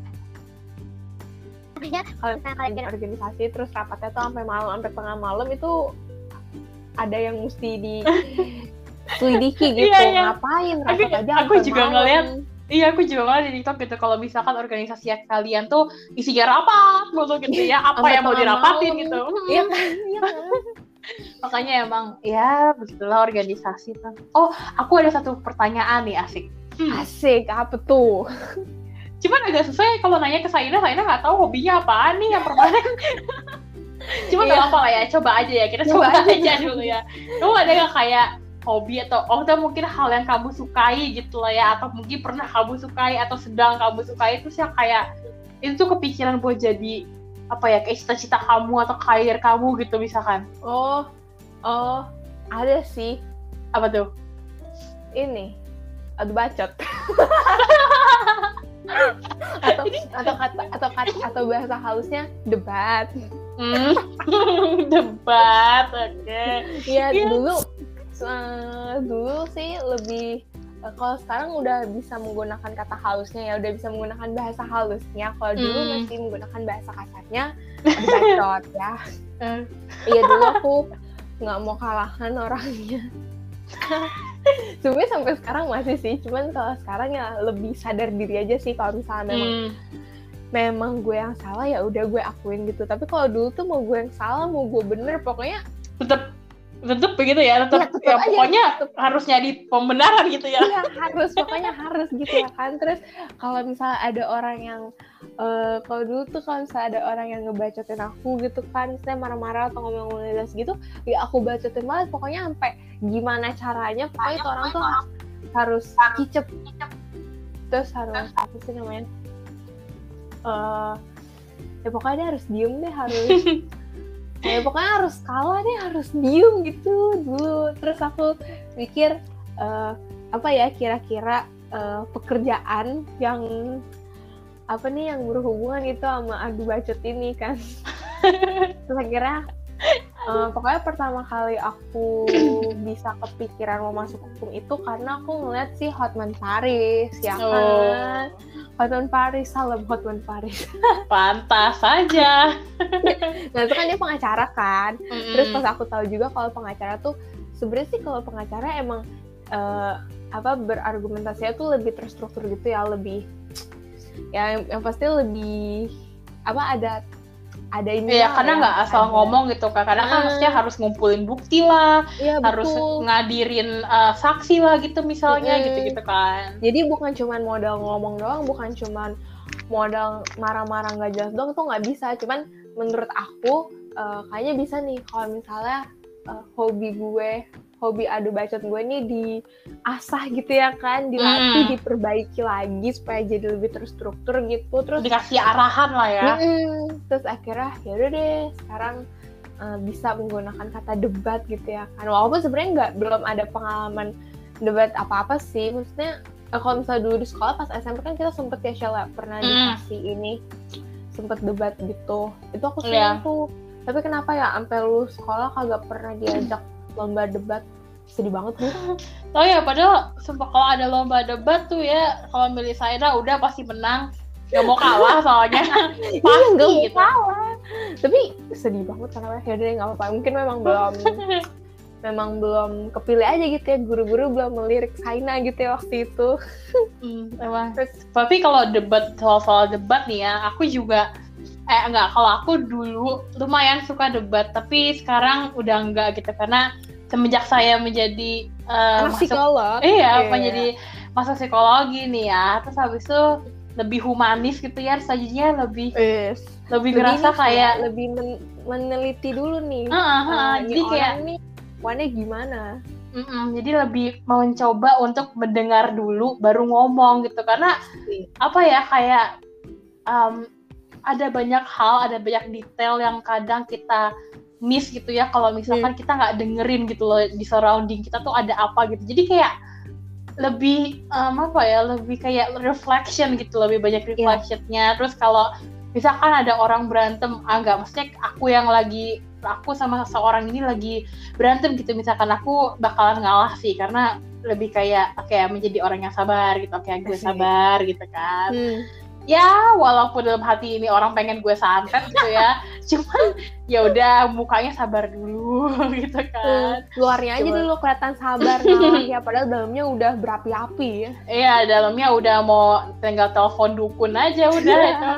kalau misalnya organisasi terus rapatnya tuh sampai malam, sampai tengah malam, itu ada yang mesti diselidiki gitu. Ngapain rapat aja aku juga ngeliat. Iya, aku juga ngeliat di TikTok gitu, kalau misalkan organisasi kalian tuh isinya rapat mulu gitu ya, apa yang mau dirapatin gitu. Iya kan. Makanya emang ya begitulah organisasi tuh. Oh, aku ada satu pertanyaan nih, asik. Asik, apa tuh? Cuman agak susah kalau nanya ke Saina nggak tahu hobinya apaan nih yang permanen. Cuma nggak apa lah ya, coba aja ya, kita coba aja dulu ya. Kamu ada nggak kayak hobi atau mungkin hal yang kamu sukai gitu lah ya, atau mungkin pernah kamu sukai atau sedang kamu sukai, terus yang kayak itu tuh kepikiran buat jadi apa ya, kayak cita-cita kamu atau karir kamu gitu misalkan? Oh, ada sih. Apa tuh? Ini, adu bacot. atau bahasa halusnya debat. Debat, oke. Iya, dulu sih lebih, kalau sekarang udah bisa menggunakan kata halusnya ya, udah bisa menggunakan bahasa halusnya. Kalau dulu masih menggunakan bahasa kasarnya, bacot ya. Iya, dulu aku nggak mau kalahan orangnya. Sebenarnya sampai sekarang masih sih, cuman kalau sekarang ya lebih sadar diri aja sih. Kalau misalnya memang gue yang salah, ya udah gue akuin gitu. Tapi kalau dulu tuh mau gue yang salah, mau gue bener, pokoknya tetap begitu ya, tetap ya, pokoknya harus nyari pembenaran gitu ya. Iya, pokoknya harus gitu ya kan. Terus kalau misalnya ada orang yang kalau dulu tuh kalau misalnya ada orang yang ngebacotin aku gitu kan, misalnya marah-marah atau ngomong-ngomong jelas gitu, ya aku bacotin banget, pokoknya sampai gimana caranya, pokoknya itu orang tuh harus kicep, terus harus apa sih namanya, ya pokoknya dia harus diem deh, harus ya pokoknya harus kalah deh, harus diem gitu dulu. Terus aku mikir apa ya kira-kira pekerjaan yang apa nih yang berhubungan itu sama adu bacot ini kan. Terus akhirnya pokoknya pertama kali aku bisa kepikiran mau masuk hukum itu karena aku ngeliat si Hotman Paris ya kan. Hotman Paris, salam Hotman Paris. Pantas aja. Nah itu kan dia pengacara kan. Terus pas aku tahu juga kalau pengacara tuh sebenarnya sih kalau pengacara emang berargumentasinya tuh lebih terstruktur gitu ya, lebih ya yang pasti lebih ada ini ya, karena nggak asal ngomong gitu kan, karena kan maksudnya harus ngumpulin bukti lah, ya, harus ngadirin saksi lah gitu misalnya, gitu kan. Jadi bukan cuman modal ngomong doang, bukan cuman modal marah-marah nggak jelas doang, tuh nggak bisa. Cuman menurut aku kayaknya bisa nih kalau misalnya hobi adu bacot gue nih diasah gitu ya kan, dilatih, diperbaiki lagi supaya jadi lebih terstruktur gitu, terus dikasih arahan lah ya. Terus akhirnya ya udah deh sekarang bisa menggunakan kata debat gitu ya kan, walaupun sebenarnya belum ada pengalaman debat apa-apa sih, maksudnya kalau misalnya dulu di sekolah pas SMP kan kita sempet ya Shell pernah dikasih ini, sempet debat gitu, itu aku seneng tuh. Tapi kenapa ya sampai lulus sekolah kagak pernah diajak lomba debat, sedih banget gue. Oh ya, padahal sumpah kalau ada lomba debat tuh ya, kalau milih Saida udah pasti menang, gak mau kalah soalnya. Pasti gak mau gitu. kalah. Tapi sedih banget kenapa ya, deh nggak apa-apa, mungkin memang belum kepilih aja gitu ya, guru-guru belum melirik Saina gitu ya waktu itu. Emang. Tapi kalau debat, soal debat nih ya, aku juga kalau aku dulu lumayan suka debat, tapi sekarang udah enggak gitu, karena semenjak saya menjadi psikolog. Menjadi masuk psikologi nih ya, terus habis itu lebih humanis gitu ya, sajinya lebih ngerasa kayak lebih meneliti dulu nih. Jadi kayak nih warnanya gimana. Jadi lebih mencoba untuk mendengar dulu baru ngomong gitu, karena apa ya, kayak ada banyak hal, ada banyak detail yang kadang kita miss gitu ya kalau misalkan kita nggak dengerin gitu loh di surrounding kita tuh ada apa gitu. Jadi kayak lebih lebih kayak reflection gitu, lebih banyak reflectionnya. Terus kalau misalkan ada orang berantem, maksudnya aku sama seseorang ini lagi berantem gitu, misalkan aku bakalan ngalah sih, karena lebih kayak menjadi orang yang sabar gitu, gue sabar gitu kan. Ya walaupun dalam hati ini orang pengen gue santet gitu ya, cuman ya udah mukanya sabar dulu gitu kan. Luarnya aja dulu kelihatan sabar ya, padahal dalamnya udah berapi-api ya. Iya, dalamnya udah mau tinggal telepon dukun aja udah itu.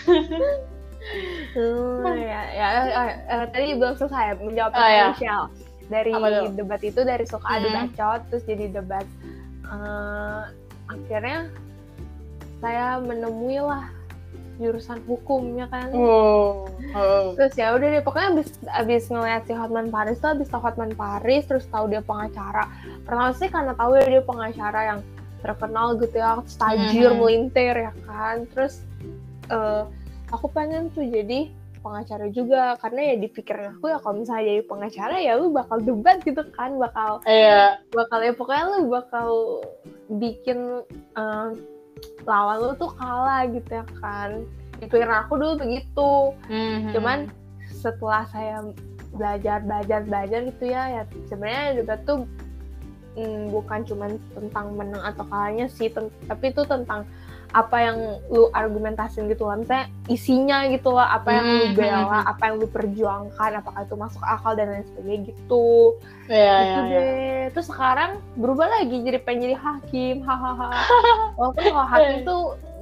Tadi belum selesai menjawab Michelle. Dari debat itu, dari suka adu bacot terus jadi debat. Akhirnya saya menemui lah jurusan hukum ya kan. Terus ya udah deh, pokoknya abis ngeliat si Hotman Paris tuh, abis tau Hotman Paris terus tahu dia pengacara. Pertama sih karena tahu ya dia pengacara yang terkenal gitu ya, tajir melintir ya kan. Terus aku pengen tuh jadi pengacara juga, karena ya di pikiran aku ya kalau misalnya jadi pengacara ya lu bakal debat gitu kan, bakal ya pokoknya lu bakal bikin lawan lu tuh kalah gitu ya kan. Di pikiran aku dulu begitu. Cuman setelah saya belajar gitu ya sebenarnya debat tuh bukan cuma tentang menang atau kalahnya sih, tapi itu tentang apa yang lu argumentasin gitu lah, misalnya isinya gitu lah, apa yang lu bela, apa yang lu perjuangkan, apakah itu masuk akal dan lain sebagainya gitu. Deh. Terus sekarang berubah lagi pengen jadi hakim, walaupun kalau hakim tuh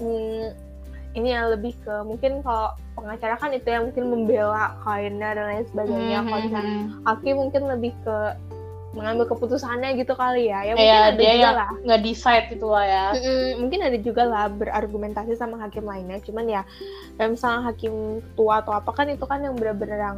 ini yang lebih ke, mungkin kalau pengacara kan itu yang mungkin membela kliennya dan lain sebagainya. Kalau misalnya hakim mungkin lebih ke mengambil keputusannya gitu kali ya. Mungkin ada dia juga lah nggak decide gitu lah ya. Mungkin ada juga lah berargumentasi sama hakim lainnya. Cuman ya misalnya hakim tua atau apa kan, itu kan yang benar-benar yang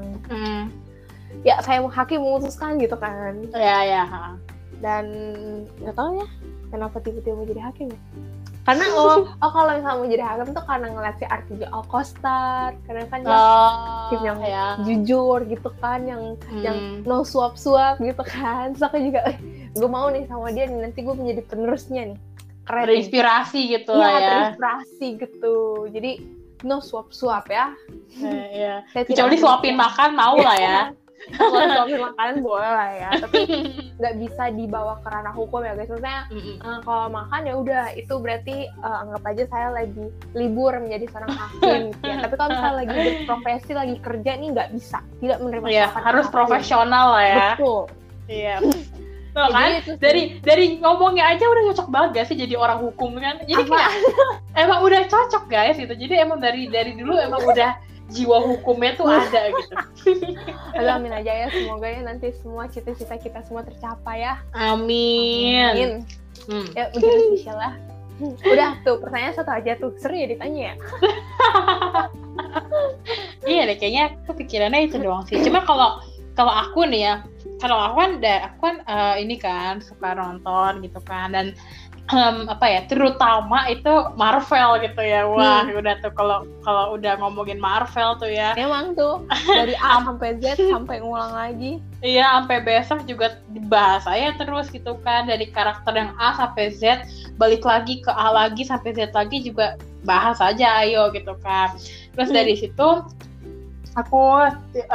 ya saya hakim memutuskan gitu kan. Dan nggak tahu ya kenapa tiba-tiba mau jadi hakim ya. Karena kalau misalnya mau jadi hakim tuh karena ngeliat si Artijo Alkostar, karena kan hakim yang jujur gitu kan, yang no suap-suap gitu kan. Terus aku juga gue mau nih sama dia nih, nanti gue menjadi penerusnya nih. Keren. Terinspirasi gitu lah ya. Terinspirasi gitu. Jadi no suap-suap ya. Kecuali suapin makan mau lah ya. Kalau suapin makanan boleh lah ya, tapi nggak bisa dibawa ke ranah hukum ya guys. Maksudnya kalau makan ya udah, itu berarti anggap aja saya lagi libur menjadi seorang hakim gitu ya. Tapi kalau misalnya lagi berprofesi, lagi kerja nih nggak bisa, tidak menerima makan. Harus profesional lah ya. Betul. Iya. Tuh kan, dari ngomongnya aja udah cocok banget gak sih jadi orang hukum kan. Jadi kayak emang udah cocok guys gitu. Jadi emang dari dulu emang udah jiwa hukumnya tuh ada gitu. Amin aja ya, semoga ya nanti semua cita-cita kita semua tercapai ya. Amin. Ya begitu Michelle lah. Udah tuh, pertanyaan satu aja tuh, seru ya ditanya ya. Iya deh, kayaknya kepikirannya itu doang sih. Cuma kalau kalau aku nih ya, kalau aku kan ini kan suka nonton gitu kan, dan apa ya, terutama itu Marvel gitu ya. Wah, udah tuh kalau udah ngomongin Marvel tuh ya. Emang tuh dari A sampai Z sampai ngulang lagi. Iya, sampai besok juga dibahas aja terus gitu kan, dari karakter yang A sampai Z, balik lagi ke A lagi sampai Z lagi juga bahas aja ayo gitu kan. Terus dari situ aku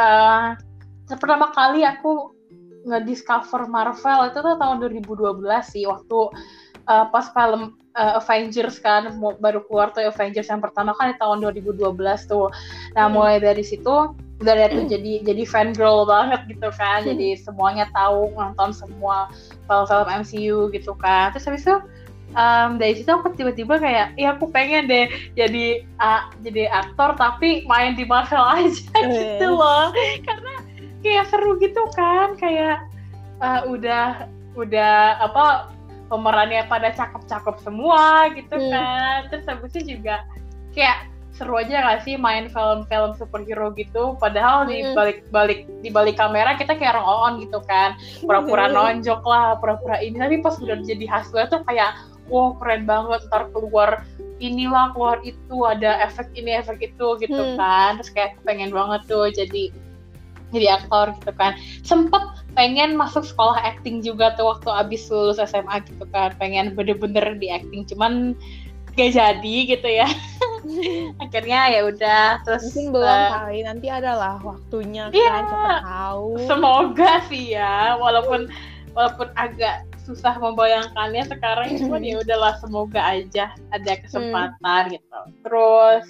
pertama kali aku ngediscover Marvel itu tuh tahun 2012 sih, waktu pas film Avengers kan baru keluar tuh, Avengers yang pertama kan di tahun 2012 tuh. Nah, mulai dari situ udah ada tuh jadi fan girl banget gitu kan. Jadi semuanya tahu, nonton semua film-film MCU gitu kan. Terus habis itu dari situ aku tiba-tiba kayak, ya aku pengen deh jadi aktor tapi main di Marvel aja gitu loh. Karena kayak seru gitu kan, kayak udah apa, pemerannya pada cakep-cakep semua gitu kan. Terus habis itu juga kayak seru aja gak sih main film-film superhero gitu, padahal di balik kamera kita kayak orang on gitu kan, pura-pura nonjok lah, pura-pura ini, tapi pas udah jadi hasilnya tuh kayak wow, keren banget, ntar keluar inilah, keluar itu, ada efek ini efek itu gitu kan. Terus kayak pengen banget tuh jadi aktor gitu kan. Sempet pengen masuk sekolah acting juga tuh waktu abis lulus SMA gitu kan, pengen bener-bener di acting, cuman gak jadi gitu ya. Akhirnya ya udah, terus mungkin belum kali, nanti adalah waktunya kan, siapa tahu. Semoga sih ya, walaupun agak susah membayangkannya sekarang, cuman ya udahlah, semoga aja ada kesempatan gitu. Terus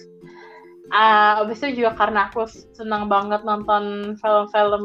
abis itu juga karena aku senang banget nonton film-film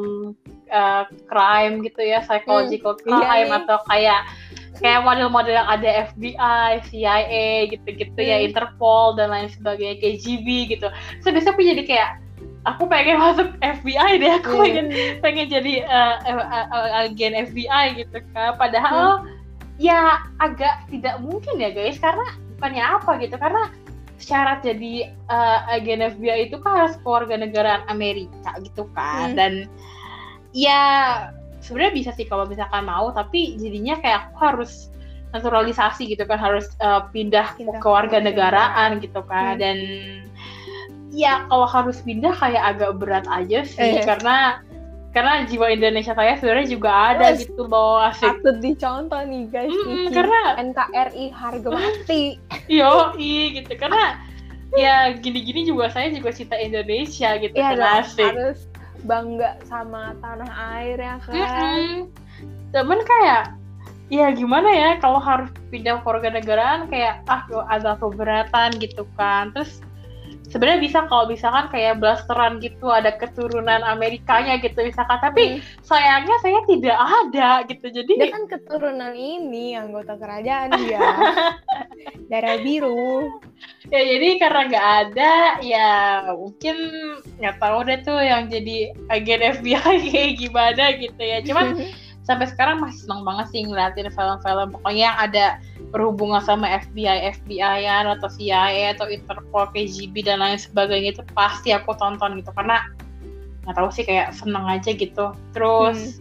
crime gitu ya, psychological crime, atau kayak model-model yang ada FBI, CIA gitu-gitu ya, Interpol dan lain sebagainya, KGB gitu. So biasanya aku jadi kayak, aku pengen masuk FBI deh, aku pengen jadi agen FBI gitu kan. Padahal ya agak tidak mungkin ya guys, karena bukannya apa gitu, karena syarat jadi agen FBI itu kan harus kewarganegaraan Amerika gitu kan. Dan ya sebenarnya bisa sih kalau misalkan mau, tapi jadinya kayak aku harus naturalisasi gitu kan, harus pindah kewarganegaraan gitu kan. Dan ya kalau harus pindah kayak agak berat aja sih, karena jiwa Indonesia saya sebenarnya juga ada gitu loh, asik. Patut dicontoh nih guys, karena NKRI harga mati. Yoi gitu, karena ya gini-gini juga saya juga cinta Indonesia gitu kan, asik. Harus bangga sama tanah air ya kan. Cuman kayak ya gimana ya, kalau harus pindah kewarganegaraan kayak agak keberatan gitu kan. Terus sebenarnya bisa kalau misalkan kayak blasteran gitu, ada keturunan Amerikanya gitu misalkan, tapi sayangnya saya tidak ada gitu. Jadi dia kan keturunan ini anggota kerajaan dia, darah biru. Ya jadi karena nggak ada, ya mungkin nggak tahu deh tuh yang jadi agen FBI kayak gimana gitu ya. Cuman sampai sekarang masih senang banget sih ngeliatin film-film pokoknya yang ada berhubungan sama FBI-an atau CIA atau Interpol, KGB dan lain sebagainya, itu pasti aku tonton gitu, karena nggak tahu sih, kayak seneng aja gitu. Terus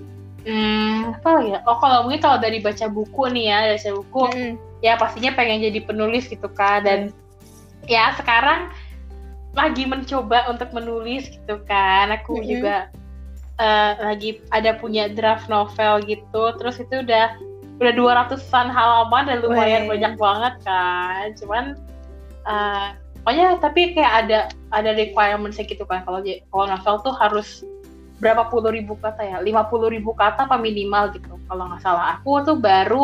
apa lagi ya? Kalau mungkin kalau dari baca buku nih ya, ya pastinya pengen jadi penulis gitu kan. Dan ya sekarang lagi mencoba untuk menulis gitu kan. Aku juga lagi ada punya draft novel gitu. Terus itu udah 200-an halaman dan lumayan banyak banget kan. Cuman pokoknya tapi kayak ada requirement-nya gitu kan. Kalau novel tuh harus berapa puluh ribu kata ya, 50.000 kata apa minimal gitu. Kalau nggak salah aku tuh baru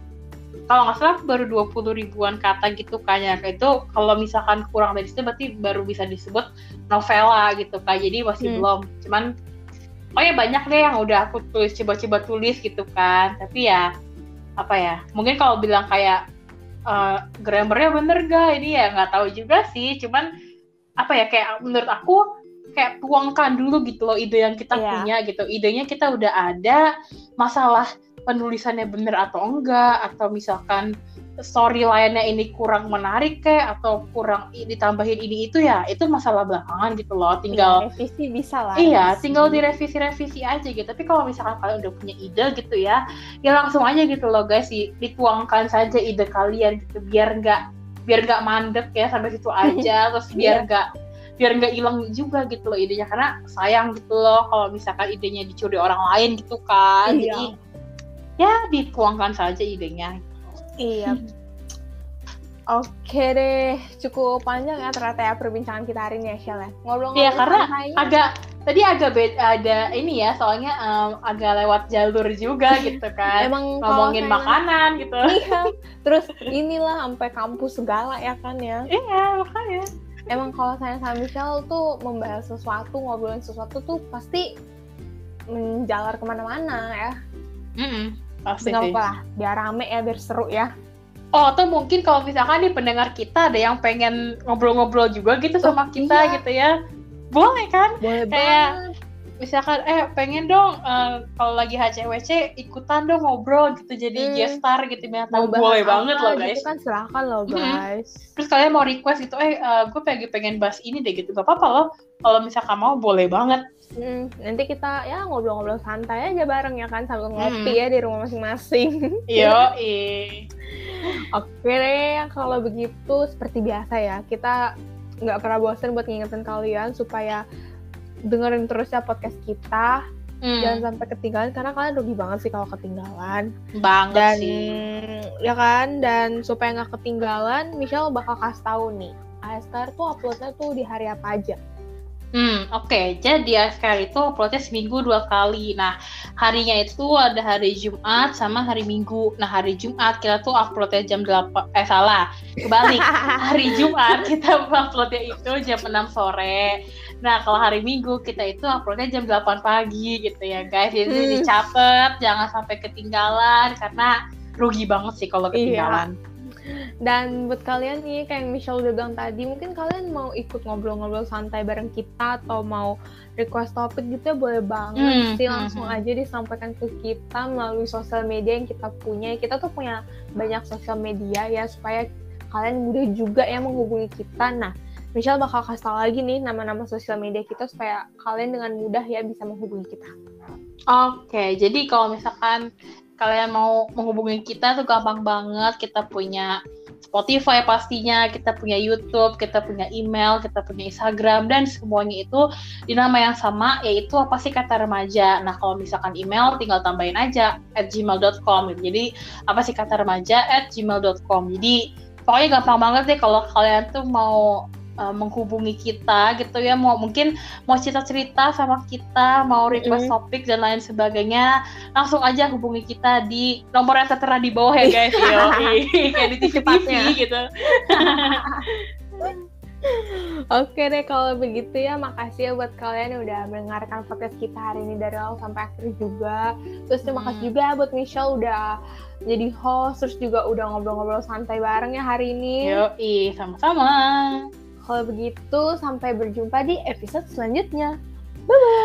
20 ribuan kata gitu kan ya. Itu kalau misalkan kurang dari situ berarti baru bisa disebut novela gitu kan. Jadi masih belum. Cuman banyak deh yang udah aku coba tulis gitu kan. Tapi ya apa ya, mungkin kalau bilang kayak grammarnya bener gak ini, ya nggak tahu juga sih. Cuman apa ya, kayak menurut aku kayak tuangkan dulu gitu loh ide yang kita punya gitu. Idenya kita udah ada, masalah penulisannya bener atau enggak, atau misalkan storyline-nya ini kurang menarik kayak atau kurang ditambahin ini itu ya itu masalah belakangan gitu loh, tinggal revisi bisa lah. Iya, tinggal direvisi aja gitu. Tapi kalau misalkan kalian udah punya ide gitu ya langsung aja gitu loh guys, dituangkan saja ide kalian gitu, biar nggak mandek ya sampai situ aja, terus biar nggak hilang juga gitu loh idenya, karena sayang gitu loh kalau misalkan idenya dicuri orang lain gitu kan. Jadi ya dituangkan saja idenya. Iya. Oke deh, cukup panjang ya ternyata ya perbincangan kita hari ini ya, Shell ya. Ngobrol-ngobrol. Iya, karena agak beda, ada ini ya, soalnya agak lewat jalur juga gitu kan. Emang ngomongin makanan gitu. Iya. Terus inilah sampai kampus segala ya kan ya. Iya, makanya. Emang kalau saya sama Michelle tuh membahas sesuatu, ngobrolin sesuatu tuh pasti menjalar kemana-mana ya. Pasti sih. Lah, biar rame ya, biar seru ya. Oh, atau mungkin kalau misalkan nih pendengar kita ada yang pengen ngobrol-ngobrol juga gitu sama kita gitu ya. Boleh kan? Boleh kayak misalkan pengen dong kalau lagi HCWC ikutan dong ngobrol gitu, jadi guest star gitu ya. Boleh banget loh guys. Itu kan silakan loh guys. Terus kalian mau request gitu, gue pengen bahas ini deh gitu. Gak apa-apa loh. Kalau misalkan mau boleh banget. Nanti kita ya ngobrol-ngobrol santai aja bareng ya kan, sambil ngopi ya di rumah masing-masing. Yoi. Oke deh, kalau begitu seperti biasa ya, kita nggak pernah bosan buat ngingetin kalian supaya dengerin terus ya podcast kita. Jangan sampai ketinggalan, karena kalian rugi banget sih kalau ketinggalan. Banget sih. Ya kan, dan supaya nggak ketinggalan, Michelle bakal kasih tahu nih, ASKR tuh uploadnya tuh di hari apa aja. Oke. Jadi ASKR itu uploadnya seminggu 2 kali. Nah, harinya itu ada hari Jumat sama hari Minggu. Nah, hari Jumat kita tuh uploadnya jam 8, kebalik. Hari Jumat kita uploadnya itu jam 6 sore. Nah, kalau hari Minggu kita itu uploadnya jam 8 pagi gitu ya guys. Jadi dicatat, jangan sampai ketinggalan, karena rugi banget sih kalau ketinggalan. Iya. Dan buat kalian nih, kayak Michelle udah bilang tadi, mungkin kalian mau ikut ngobrol-ngobrol santai bareng kita atau mau request topik gitu ya, boleh banget sih, langsung aja disampaikan ke kita melalui sosial media yang kita punya. Kita tuh punya banyak sosial media ya, supaya kalian mudah juga ya menghubungi kita. Nah, Michelle bakal kasih tau lagi nih nama-nama sosial media kita supaya kalian dengan mudah ya bisa menghubungi kita. Oke, jadi kalau misalkan kalian mau menghubungi kita tuh gampang banget. Kita punya Spotify pastinya, kita punya YouTube, kita punya email, kita punya Instagram, dan semuanya itu di nama yang sama, yaitu apa sih kata remaja. Nah, kalau misalkan email tinggal tambahin aja @gmail.com gitu. Jadi apa sih kata remaja @gmail.com. Jadi pokoknya gampang banget deh kalau kalian tuh mau menghubungi kita gitu ya, mungkin mau cerita-cerita sama kita, mau request topik dan lain sebagainya, langsung aja hubungi kita di nomor yang tertera di bawah ya guys. Kayak di TV gitu. Oke deh, kalau begitu ya, makasih ya buat kalian yang udah mendengarkan podcast kita hari ini dari awal sampai akhir juga. Terus terima kasih juga buat Michelle udah jadi host, terus juga udah ngobrol-ngobrol santai bareng ya hari ini. Yoi, sama-sama. Kalau begitu, sampai berjumpa di episode selanjutnya. Bye-bye!